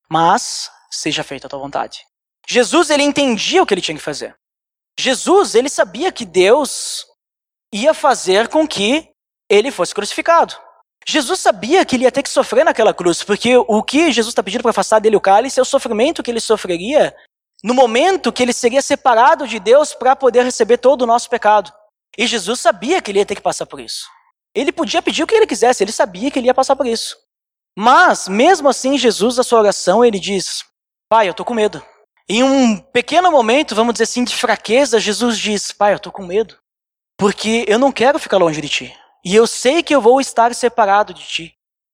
mas seja feita a tua vontade. Jesus, ele entendia o que ele tinha que fazer. Jesus, ele sabia que Deus ia fazer com que ele fosse crucificado. Jesus sabia que ele ia ter que sofrer naquela cruz, porque o que Jesus está pedindo para afastar dele o cálice é o sofrimento que ele sofreria no momento que ele seria separado de Deus para poder receber todo o nosso pecado. E Jesus sabia que ele ia ter que passar por isso. Ele podia pedir o que ele quisesse, ele sabia que ele ia passar por isso. Mas, mesmo assim, Jesus, na sua oração, ele diz, Pai, eu estou com medo. Em um pequeno momento, vamos dizer assim, de fraqueza, Jesus diz, Pai, eu estou com medo, porque eu não quero ficar longe de Ti. E eu sei que eu vou estar separado de Ti.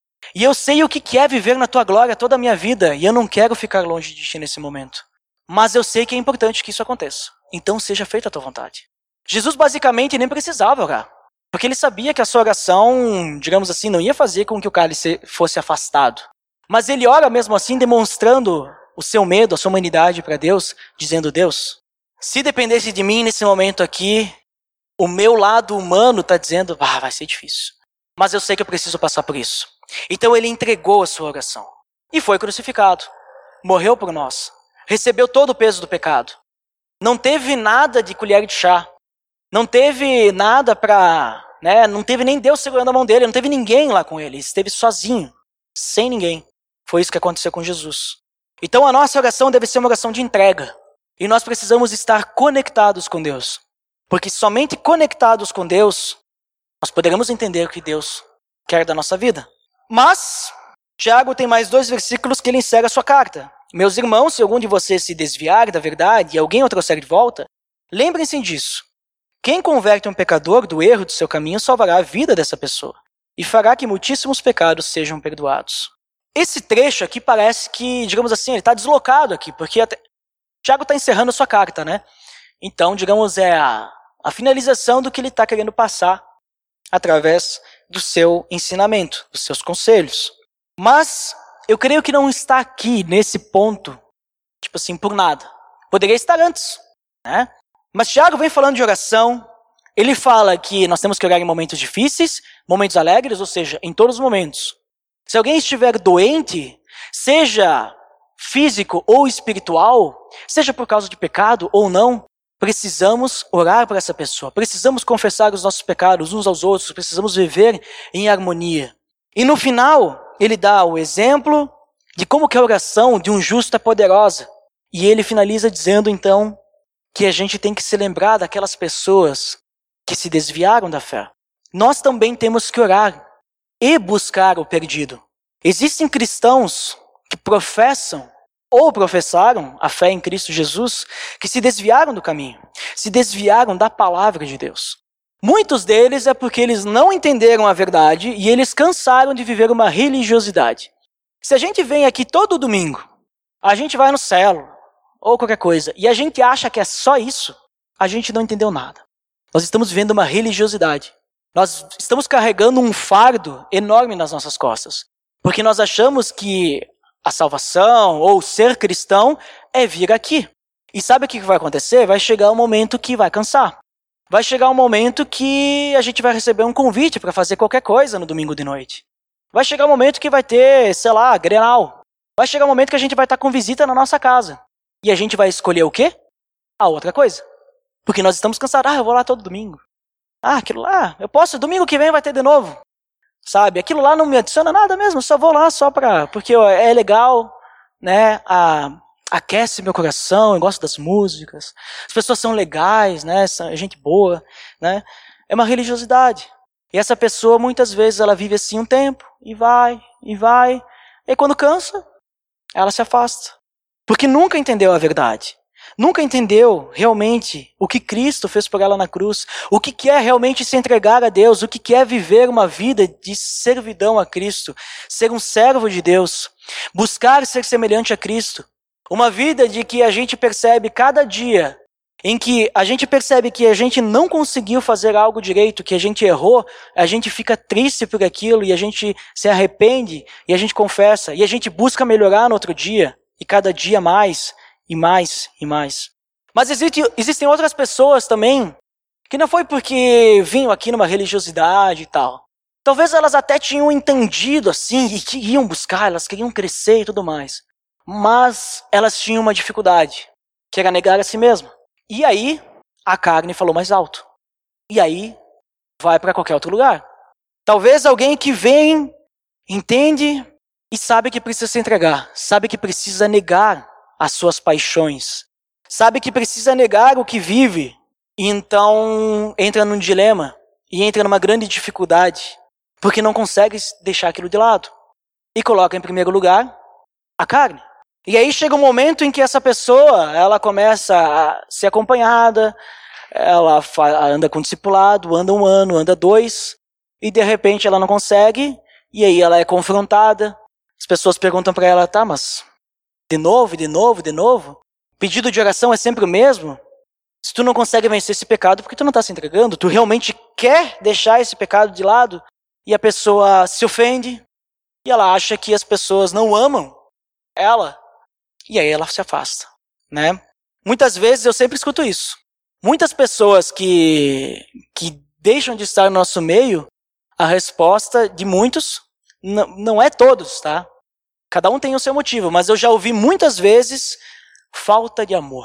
E eu sei o que é viver na Tua glória toda a minha vida, e eu não quero ficar longe de Ti nesse momento. Mas eu sei que é importante que isso aconteça. Então seja feita a Tua vontade. Jesus basicamente nem precisava orar, porque ele sabia que a sua oração, digamos assim, não ia fazer com que o cálice fosse afastado. Mas ele ora mesmo assim, demonstrando o seu medo, a sua humanidade para Deus, dizendo, Deus, se dependesse de mim nesse momento aqui, o meu lado humano está dizendo, ah, vai ser difícil. Mas eu sei que eu preciso passar por isso. Então ele entregou a sua oração e foi crucificado. Morreu por nós. Recebeu todo o peso do pecado. Não teve nada de colher de chá. Não teve nada para... Né, não teve nem Deus segurando a mão dele. Não teve ninguém lá com ele. Ele esteve sozinho. Sem ninguém. Foi isso que aconteceu com Jesus. Então a nossa oração deve ser uma oração de entrega. E nós precisamos estar conectados com Deus. Porque somente conectados com Deus, nós poderemos entender o que Deus quer da nossa vida. Mas, Tiago tem mais dois versículos que ele encerra a sua carta. Meus irmãos, se algum de vocês se desviar da verdade e alguém o trouxer de volta, lembrem-se disso. Quem converte um pecador do erro de seu caminho salvará a vida dessa pessoa e fará que muitíssimos pecados sejam perdoados. Esse trecho aqui parece que, digamos assim, ele está deslocado aqui, porque até... Tiago está encerrando a sua carta, né? Então, digamos, é a, a finalização do que ele está querendo passar através do seu ensinamento, dos seus conselhos. Mas eu creio que não está aqui nesse ponto, tipo assim, por nada. Poderia estar antes, né? Mas Tiago vem falando de oração. Ele fala que nós temos que orar em momentos difíceis, momentos alegres, ou seja, em todos os momentos. Se alguém estiver doente, seja físico ou espiritual, seja por causa de pecado ou não, precisamos orar por essa pessoa. Precisamos confessar os nossos pecados uns aos outros. Precisamos viver em harmonia. E no final, ele dá o exemplo de como que a oração de um justo é poderosa. E ele finaliza dizendo, então, que a gente tem que se lembrar daquelas pessoas que se desviaram da fé. Nós também temos que orar e buscar o perdido. Existem cristãos que professam ou professaram a fé em Cristo Jesus, que se desviaram do caminho, se desviaram da palavra de Deus. Muitos deles é porque eles não entenderam a verdade e eles cansaram de viver uma religiosidade. Se a gente vem aqui todo domingo, a gente vai no céu, ou qualquer coisa, e a gente acha que é só isso, a gente não entendeu nada. Nós estamos vivendo uma religiosidade. Nós estamos carregando um fardo enorme nas nossas costas, porque nós achamos que a salvação ou ser cristão é vir aqui. E sabe o que vai acontecer? Vai chegar um momento que vai cansar. Vai chegar um momento que a gente vai receber um convite para fazer qualquer coisa no domingo de noite. Vai chegar um momento que vai ter, sei lá, Grenal. Vai chegar um momento que a gente vai estar com visita na nossa casa. E a gente vai escolher o quê? A outra coisa. Porque nós estamos cansados. Ah, eu vou lá todo domingo. Ah, aquilo lá, eu posso, domingo que vem vai ter de novo. Sabe, aquilo lá não me adiciona nada mesmo, eu só vou lá só pra... Porque é legal, né, a, aquece meu coração, eu gosto das músicas, as pessoas são legais, né, são gente boa, né, é uma religiosidade. E essa pessoa, muitas vezes, ela vive assim um tempo, e vai, e vai, e quando cansa, ela se afasta. Porque nunca entendeu a verdade. Nunca entendeu realmente o que Cristo fez por ela na cruz, o que é realmente se entregar a Deus, o que é viver uma vida de servidão a Cristo, ser um servo de Deus, buscar ser semelhante a Cristo. Uma vida de que a gente percebe cada dia, em que a gente percebe que a gente não conseguiu fazer algo direito, que a gente errou, a gente fica triste por aquilo e a gente se arrepende e a gente confessa e a gente busca melhorar no outro dia e cada dia mais. E mais, e mais. Mas existe, existem outras pessoas também que não foi porque vinham aqui numa religiosidade e tal. Talvez elas até tinham entendido assim e queriam buscar, elas queriam crescer e tudo mais. Mas elas tinham uma dificuldade, que era negar a si mesma. E aí a carne falou mais alto. E aí vai para qualquer outro lugar. Talvez alguém que vem, entende e sabe que precisa se entregar, sabe que precisa negar as suas paixões, sabe que precisa negar o que vive, e então entra num dilema, e entra numa grande dificuldade, porque não consegue deixar aquilo de lado, e coloca em primeiro lugar a carne. E aí chega um momento em que essa pessoa, ela começa a ser acompanhada, ela anda com discipulado, anda um ano, anda dois, e de repente ela não consegue, e aí ela é confrontada, as pessoas perguntam para ela, tá, mas... De novo, de novo, de novo? Pedido de oração é sempre o mesmo? Se tu não consegue vencer esse pecado, porque tu não está se entregando? Tu realmente quer deixar esse pecado de lado? E a pessoa se ofende, e ela acha que as pessoas não amam ela, e aí ela se afasta, né? Muitas vezes eu sempre escuto isso. Muitas pessoas que, que deixam de estar no nosso meio, a resposta de muitos N- não é todos, tá? Cada um tem o seu motivo, mas eu já ouvi muitas vezes falta de amor.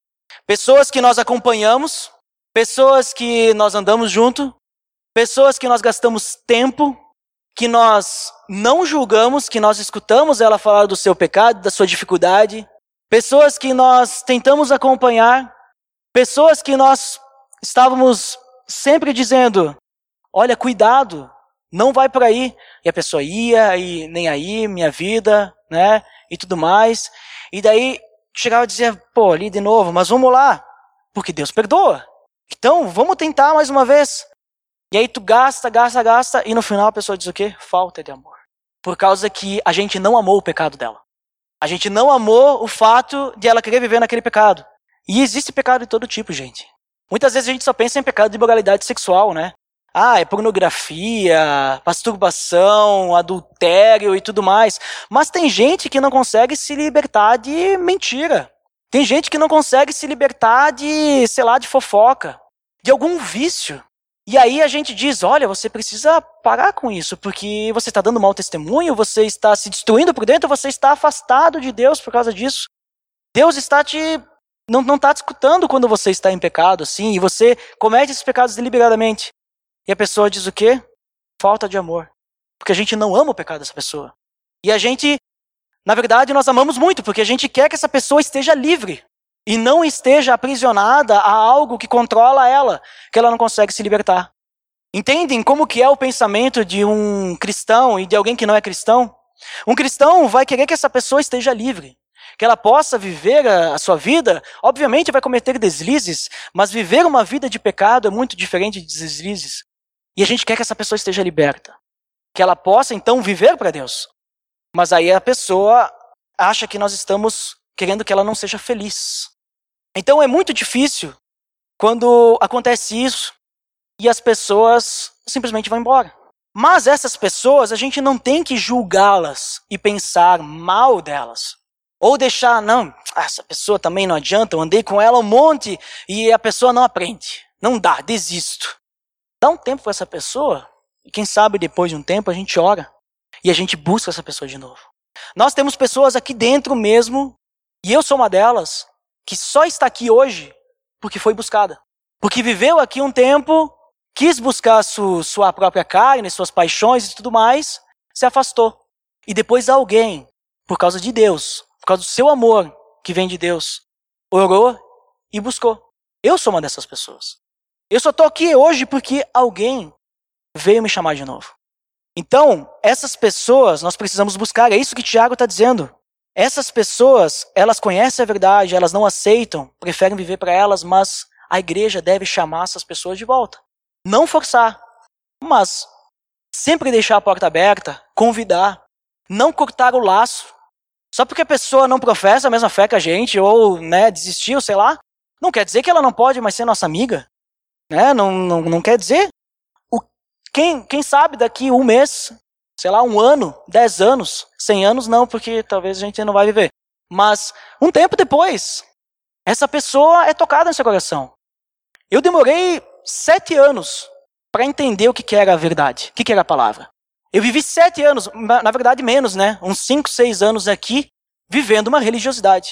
Pessoas que nós acompanhamos, pessoas que nós andamos junto, pessoas que nós gastamos tempo, que nós não julgamos, que nós escutamos ela falar do seu pecado, da sua dificuldade, pessoas que nós tentamos acompanhar, pessoas que nós estávamos sempre dizendo, olha, cuidado, não vai por aí. E a pessoa ia, e nem aí, minha vida, né, e tudo mais. E daí chegava a dizer, pô, ali de novo, mas vamos lá, porque Deus perdoa. Então, vamos tentar mais uma vez. E aí tu gasta, gasta, gasta, e no final a pessoa diz o quê? Falta de amor. Por causa que a gente não amou o pecado dela. A gente não amou o fato de ela querer viver naquele pecado. E existe pecado de todo tipo, gente. Muitas vezes a gente só pensa em pecado de imoralidade sexual, né? Ah, é pornografia, masturbação, adultério e tudo mais. Mas tem gente que não consegue se libertar de mentira. Tem gente que não consegue se libertar de, sei lá, de fofoca, de algum vício. E aí a gente diz, olha, você precisa parar com isso, porque você está dando mau testemunho, você está se destruindo por dentro, você está afastado de Deus por causa disso. Deus está te... não, não está te escutando quando você está em pecado, assim, e você comete esses pecados deliberadamente. E a pessoa diz o quê? Falta de amor. Porque a gente não ama o pecado dessa pessoa. E a gente, na verdade, nós amamos muito, porque a gente quer que essa pessoa esteja livre. E não esteja aprisionada a algo que controla ela, que ela não consegue se libertar. Entendem como que é o pensamento de um cristão e de alguém que não é cristão? Um cristão vai querer que essa pessoa esteja livre. Que ela possa viver a, a sua vida, obviamente vai cometer deslizes, mas viver uma vida de pecado é muito diferente de deslizes. E a gente quer que essa pessoa esteja liberta. Que ela possa, então, viver para Deus. Mas aí a pessoa acha que nós estamos querendo que ela não seja feliz. Então é muito difícil quando acontece isso e as pessoas simplesmente vão embora. Mas essas pessoas, a gente não tem que julgá-las e pensar mal delas. Ou deixar, não, essa pessoa também não adianta, eu andei com ela um monte e a pessoa não aprende. Não dá, desisto. Dá um tempo para essa pessoa e quem sabe depois de um tempo a gente ora e a gente busca essa pessoa de novo. Nós temos pessoas aqui dentro mesmo, e eu sou uma delas, que só está aqui hoje porque foi buscada. Porque viveu aqui um tempo, quis buscar su, sua própria carne, suas paixões e tudo mais, se afastou. E depois alguém, por causa de Deus, por causa do seu amor que vem de Deus, orou e buscou. Eu sou uma dessas pessoas. Eu só estou aqui hoje porque alguém veio me chamar de novo. Então, essas pessoas nós precisamos buscar, é isso que Tiago está dizendo. Essas pessoas, elas conhecem a verdade, elas não aceitam, preferem viver para elas, mas a igreja deve chamar essas pessoas de volta. Não forçar, mas sempre deixar a porta aberta, convidar, não cortar o laço. Só porque a pessoa não professa a mesma fé que a gente, ou né, desistiu, sei lá, não quer dizer que ela não pode mais ser nossa amiga. Né? Não, não, não quer dizer. O, quem, quem sabe daqui um mês, sei lá, um ano, dez anos, cem anos não, porque talvez a gente não vai viver. Mas um tempo depois, essa pessoa é tocada no seu coração. Eu demorei sete anos para entender o que, que era a verdade, o que, que era a palavra. Eu vivi sete anos, na verdade menos, né? Uns cinco, seis anos aqui, vivendo uma religiosidade.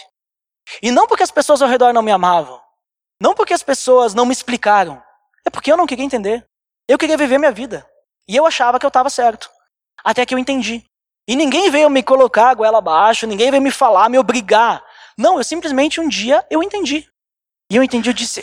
E não porque as pessoas ao redor não me amavam. Não porque as pessoas não me explicaram. É porque eu não queria entender. Eu queria viver minha vida. E eu achava que eu estava certo. Até que eu entendi. E ninguém veio me colocar a goela abaixo, ninguém veio me falar, me obrigar. Não, eu simplesmente um dia eu entendi. E eu entendi, eu disse,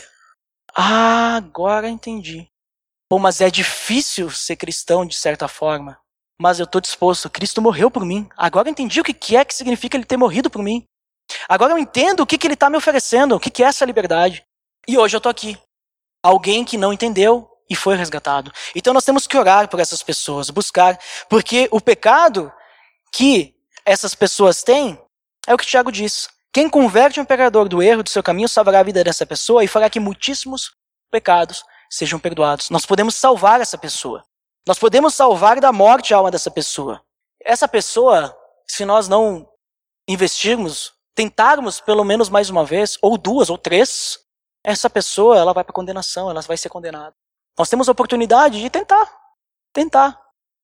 ah, agora entendi. Pô, mas é difícil ser cristão de certa forma. Mas eu estou disposto, Cristo morreu por mim. Agora eu entendi o que é que significa ele ter morrido por mim. Agora eu entendo o que, que ele está me oferecendo, o que, que é essa liberdade. E hoje eu estou aqui. Alguém que não entendeu e foi resgatado. Então nós temos que orar por essas pessoas, buscar, porque o pecado que essas pessoas têm é o que Tiago diz. Quem converte um pecador do erro do seu caminho salvará a vida dessa pessoa e fará que muitíssimos pecados sejam perdoados. Nós podemos salvar essa pessoa. Nós podemos salvar da morte a alma dessa pessoa. Essa pessoa, se nós não investirmos, tentarmos pelo menos mais uma vez, ou duas, ou três, essa pessoa ela vai para condenação, ela vai ser condenada. Nós temos a oportunidade de tentar. Tentar.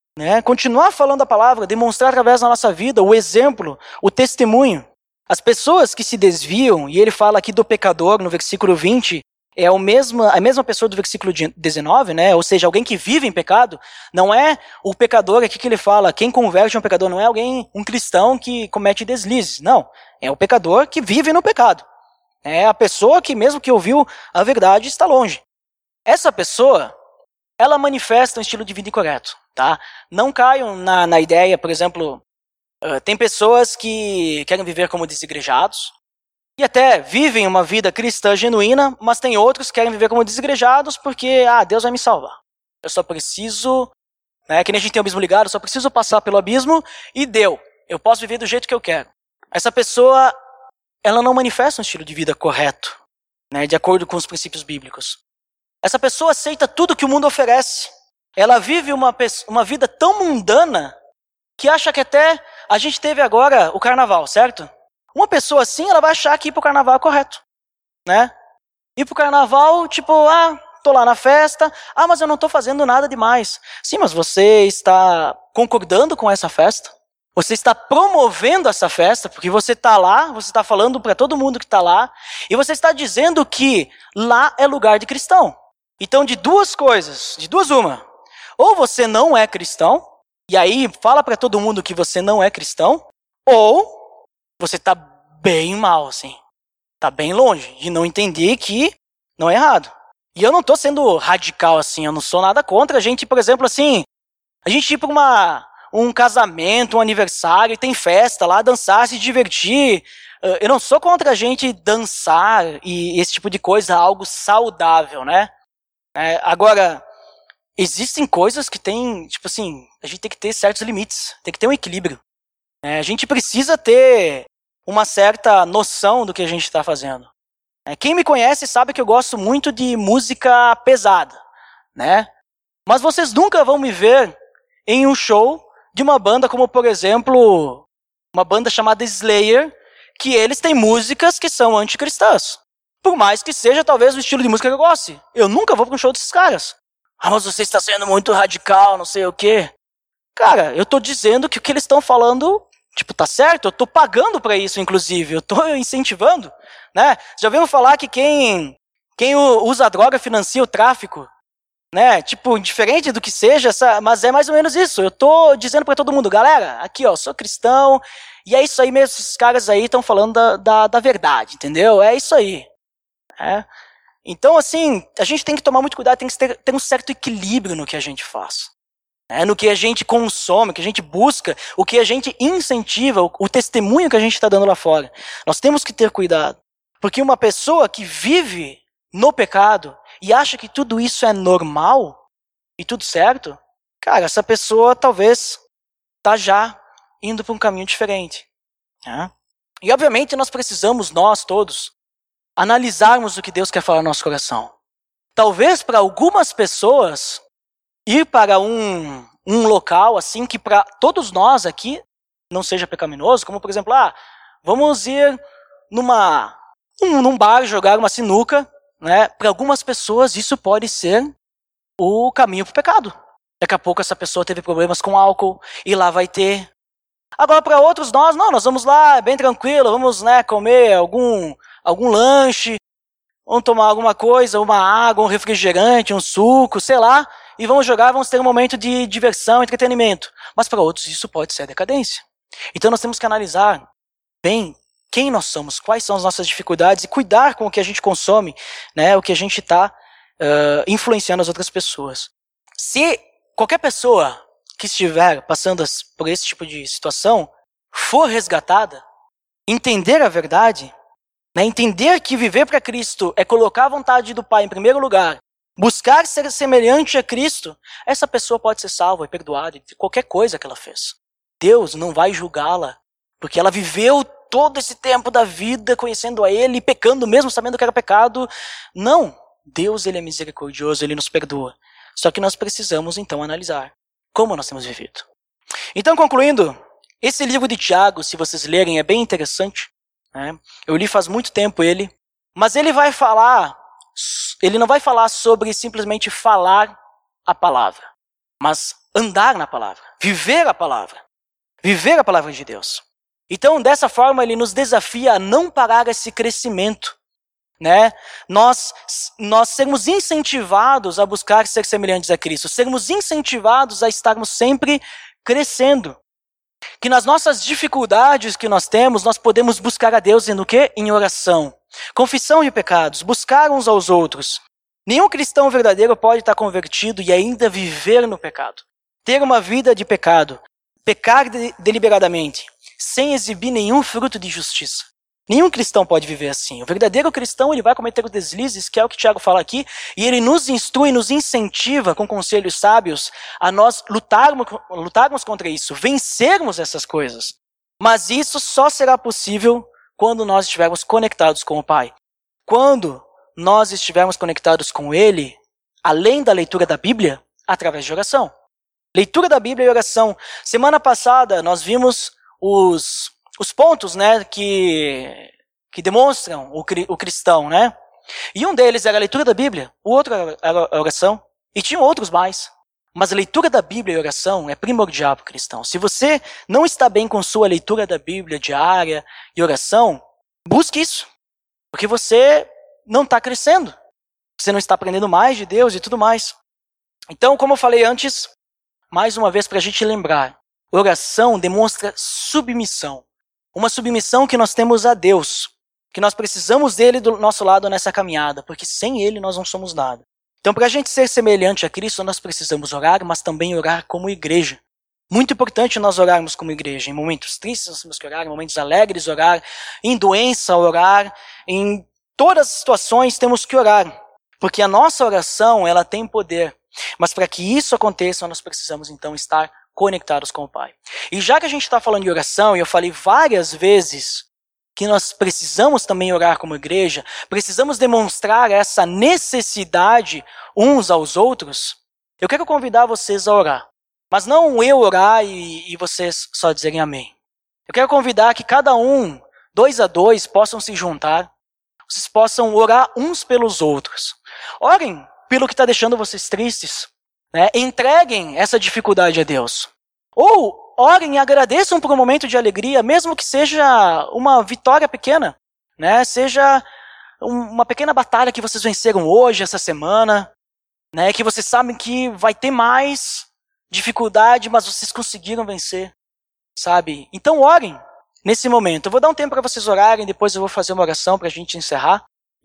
né? Continuar falando a palavra, demonstrar através da nossa vida o exemplo, o testemunho. As pessoas que se desviam, e ele fala aqui do pecador no versículo vinte, é a mesma, a mesma pessoa do versículo dezenove, né? Ou seja, alguém que vive em pecado, não é o pecador aqui que ele fala, quem converte um pecador, não é alguém, um cristão que comete deslizes, não. É o pecador que vive no pecado. É a pessoa que, mesmo que ouviu a verdade, está longe. Essa pessoa, ela manifesta um estilo de vida incorreto, tá? Não caiam na, na ideia, por exemplo, uh, tem pessoas que querem viver como desigrejados, e até vivem uma vida cristã genuína, mas tem outros que querem viver como desigrejados porque, ah, Deus vai me salvar. Eu só preciso, né, que nem a gente tem o abismo ligado, eu só preciso passar pelo abismo e deu. Eu posso viver do jeito que eu quero. Essa pessoa, ela não manifesta um estilo de vida correto, né, de acordo com os princípios bíblicos. Essa pessoa aceita tudo que o mundo oferece. Ela vive uma, uma vida tão mundana que acha que até a gente teve agora o carnaval, certo? Uma pessoa assim, ela vai achar que ir pro carnaval é correto, né? Ir pro carnaval, tipo, ah, tô lá na festa, ah, mas eu não tô fazendo nada demais. Sim, mas você está concordando com essa festa? Você está promovendo essa festa, porque você está lá, você está falando para todo mundo que está lá, e você está dizendo que lá é lugar de cristão. Então, de duas coisas, de duas uma, ou você não é cristão, e aí fala para todo mundo que você não é cristão, ou você está bem mal, assim, está bem longe de não entender que não é errado. E eu não estou sendo radical, assim, eu não sou nada contra a gente, por exemplo, assim, a gente ir para uma... um casamento, um aniversário, tem festa lá, dançar, se divertir. Eu não sou contra a gente dançar e esse tipo de coisa, algo saudável, né? É, agora, existem coisas que tem, tipo assim, a gente tem que ter certos limites, tem que ter um equilíbrio. É, a gente precisa ter uma certa noção do que a gente está fazendo. É, quem me conhece sabe que eu gosto muito de música pesada, né? Mas vocês nunca vão me ver em um show de uma banda como, por exemplo, uma banda chamada Slayer, que eles têm músicas que são anticristãs. Por mais que seja talvez o estilo de música que eu goste. Eu nunca vou para um show desses caras. Ah, mas você está sendo muito radical, não sei o quê. Cara, eu tô dizendo que o que eles estão falando, tipo, tá certo, eu tô pagando para isso, inclusive, eu tô incentivando, né? Já ouviram falar que quem, quem usa droga financia o tráfico? Né, tipo, diferente do que seja, essa, mas é mais ou menos isso. Eu tô dizendo pra todo mundo, galera, aqui ó, sou cristão, e é isso aí mesmo, esses caras aí estão falando da, da, da verdade, entendeu? É isso aí. É. Então, assim, a gente tem que tomar muito cuidado, tem que ter, ter um certo equilíbrio no que a gente faz. Né, no que a gente consome, o que a gente busca, o que a gente incentiva, o, o testemunho que a gente está dando lá fora. Nós temos que ter cuidado. Porque uma pessoa que vive no pecado, e acha que tudo isso é normal e tudo certo, cara, essa pessoa talvez tá já indo para um caminho diferente. Né? E obviamente nós precisamos, nós todos, analisarmos o que Deus quer falar no nosso coração. Talvez para algumas pessoas, ir para um, um local assim que para todos nós aqui não seja pecaminoso, como por exemplo, ah, vamos ir numa, um, num bar jogar uma sinuca. Né? Para algumas pessoas isso pode ser o caminho para o pecado. Daqui a pouco essa pessoa teve problemas com álcool e lá vai ter. Agora para outros nós, não, nós vamos lá, bem tranquilo, vamos, né, comer algum, algum lanche, vamos tomar alguma coisa, uma água, um refrigerante, um suco, sei lá, e vamos jogar, vamos ter um momento de diversão, entretenimento. Mas para outros isso pode ser decadência. Então nós temos que analisar bem quem nós somos, quais são as nossas dificuldades e cuidar com o que a gente consome, né, o que a gente está uh, influenciando as outras pessoas. Se qualquer pessoa que estiver passando por esse tipo de situação for resgatada, entender a verdade, né, entender que viver para Cristo é colocar a vontade do Pai em primeiro lugar, buscar ser semelhante a Cristo, essa pessoa pode ser salva e perdoada de qualquer coisa que ela fez. Deus não vai julgá-la, porque ela viveu todo esse tempo da vida conhecendo a Ele, pecando mesmo sabendo que era pecado. Não, Deus ele é misericordioso, Ele nos perdoa. Só que nós precisamos então analisar como nós temos vivido. Então, concluindo, esse livro de Tiago, se vocês lerem, é bem interessante. Né? Eu li faz muito tempo ele, mas ele vai falar, ele não vai falar sobre simplesmente falar a palavra. mas andar na palavra, viver a palavra, viver a palavra de Deus. Então, dessa forma, ele nos desafia a não parar esse crescimento, né? Nós, nós sermos incentivados a buscar ser semelhantes a Cristo, sermos incentivados a estarmos sempre crescendo. Que nas nossas dificuldades que nós temos, nós podemos buscar a Deus no quê? Em oração, confissão de pecados, buscar uns aos outros. Nenhum cristão verdadeiro pode estar convertido e ainda viver no pecado. Ter uma vida de pecado, pecar de, deliberadamente, sem exibir nenhum fruto de justiça. Nenhum cristão pode viver assim. O verdadeiro cristão, ele vai cometer os deslizes, que é o que Tiago fala aqui, e ele nos instrui, nos incentiva com conselhos sábios a nós lutarmos, lutarmos contra isso, vencermos essas coisas. Mas isso só será possível quando nós estivermos conectados com o Pai. Quando nós estivermos conectados com Ele, além da leitura da Bíblia, através de oração. Leitura da Bíblia e oração. Semana passada nós vimos os... Os pontos, né, que, que demonstram o, o cristão, né? E um deles era a leitura da Bíblia, o outro era a oração, e tinham outros mais. Mas a leitura da Bíblia e a oração é primordial para o cristão. Se você não está bem com sua leitura da Bíblia diária e oração, busque isso. Porque você não está crescendo. Você não está aprendendo mais de Deus e tudo mais. Então, como eu falei antes, mais uma vez para a gente lembrar, oração demonstra submissão. Uma submissão que nós temos a Deus, que nós precisamos dele do nosso lado nessa caminhada, porque sem ele nós não somos nada. Então, para a gente ser semelhante a Cristo, nós precisamos orar, mas também orar como igreja. Muito importante nós orarmos como igreja. Em momentos tristes nós temos que orar, em momentos alegres orar, em doença orar, em todas as situações temos que orar, porque a nossa oração ela tem poder. Mas para que isso aconteça, nós precisamos então estar conectados com o Pai. E já que a gente está falando de oração, e eu falei várias vezes que nós precisamos também orar como igreja, precisamos demonstrar essa necessidade uns aos outros, eu quero convidar vocês a orar. Mas não eu orar e, e vocês só dizerem amém. Eu quero convidar que cada um, dois a dois, possam se juntar, vocês possam orar uns pelos outros. Orem pelo que está deixando vocês tristes. Né? Entreguem essa dificuldade a Deus. Ou orem e agradeçam por um momento de alegria, mesmo que seja uma vitória pequena, né? Seja um, uma pequena batalha que vocês venceram hoje, essa semana, né? Que vocês sabem que vai ter mais dificuldade, mas vocês conseguiram vencer, sabe? Então orem nesse momento. Eu vou dar um tempo para vocês orarem, depois eu vou fazer uma oração para a gente encerrar,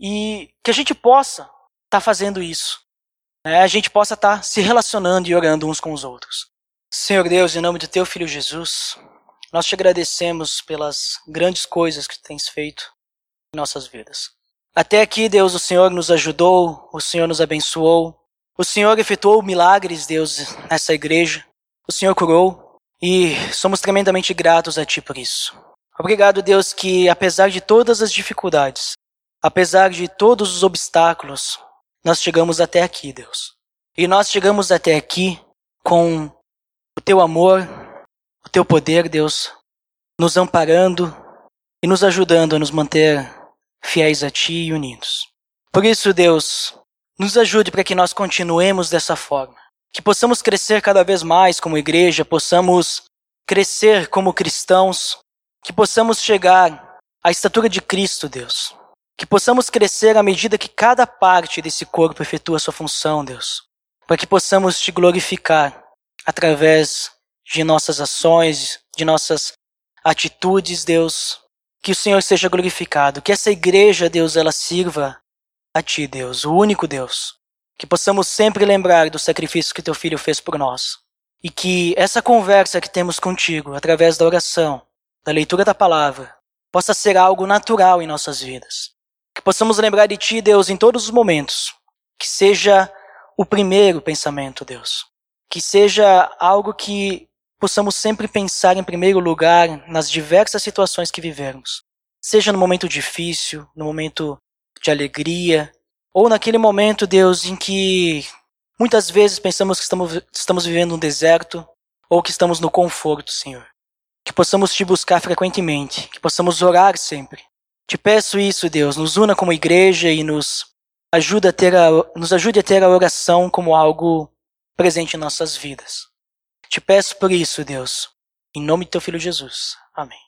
e que a gente possa estar tá fazendo isso. Né, a gente possa estar se relacionando e orando uns com os outros. Senhor Deus, em nome do Teu Filho Jesus, nós te agradecemos pelas grandes coisas que Tu tens feito em nossas vidas. Até aqui, Deus, o Senhor nos ajudou, o Senhor nos abençoou, o Senhor efetuou milagres, Deus, nessa igreja, o Senhor curou e somos tremendamente gratos a Ti por isso. Obrigado, Deus, que apesar de todas as dificuldades, apesar de todos os obstáculos, nós chegamos até aqui, Deus. E nós chegamos até aqui com o Teu amor, o Teu poder, Deus, nos amparando e nos ajudando a nos manter fiéis a Ti e unidos. Por isso, Deus, nos ajude para que nós continuemos dessa forma. Que possamos crescer cada vez mais como igreja, possamos crescer como cristãos, que possamos chegar à estatura de Cristo, Deus. Que possamos crescer à medida que cada parte desse corpo efetua a sua função, Deus. Para que possamos Te glorificar através de nossas ações, de nossas atitudes, Deus. Que o Senhor seja glorificado. Que essa igreja, Deus, ela sirva a Ti, Deus, o único Deus. Que possamos sempre lembrar do sacrifício que Teu Filho fez por nós. E que essa conversa que temos contigo, através da oração, da leitura da palavra, possa ser algo natural em nossas vidas. Que possamos lembrar de Ti, Deus, em todos os momentos. Que seja o primeiro pensamento, Deus. Que seja algo que possamos sempre pensar em primeiro lugar nas diversas situações que vivermos. Seja no momento difícil, no momento de alegria, ou naquele momento, Deus, em que muitas vezes pensamos que estamos, estamos vivendo um deserto, ou que estamos no conforto, Senhor. Que possamos Te buscar frequentemente, que possamos orar sempre. Te peço isso, Deus, nos una como igreja e nos, ajuda a ter a, nos ajude a ter a oração como algo presente em nossas vidas. Te peço por isso, Deus, em nome do teu Filho Jesus. Amém.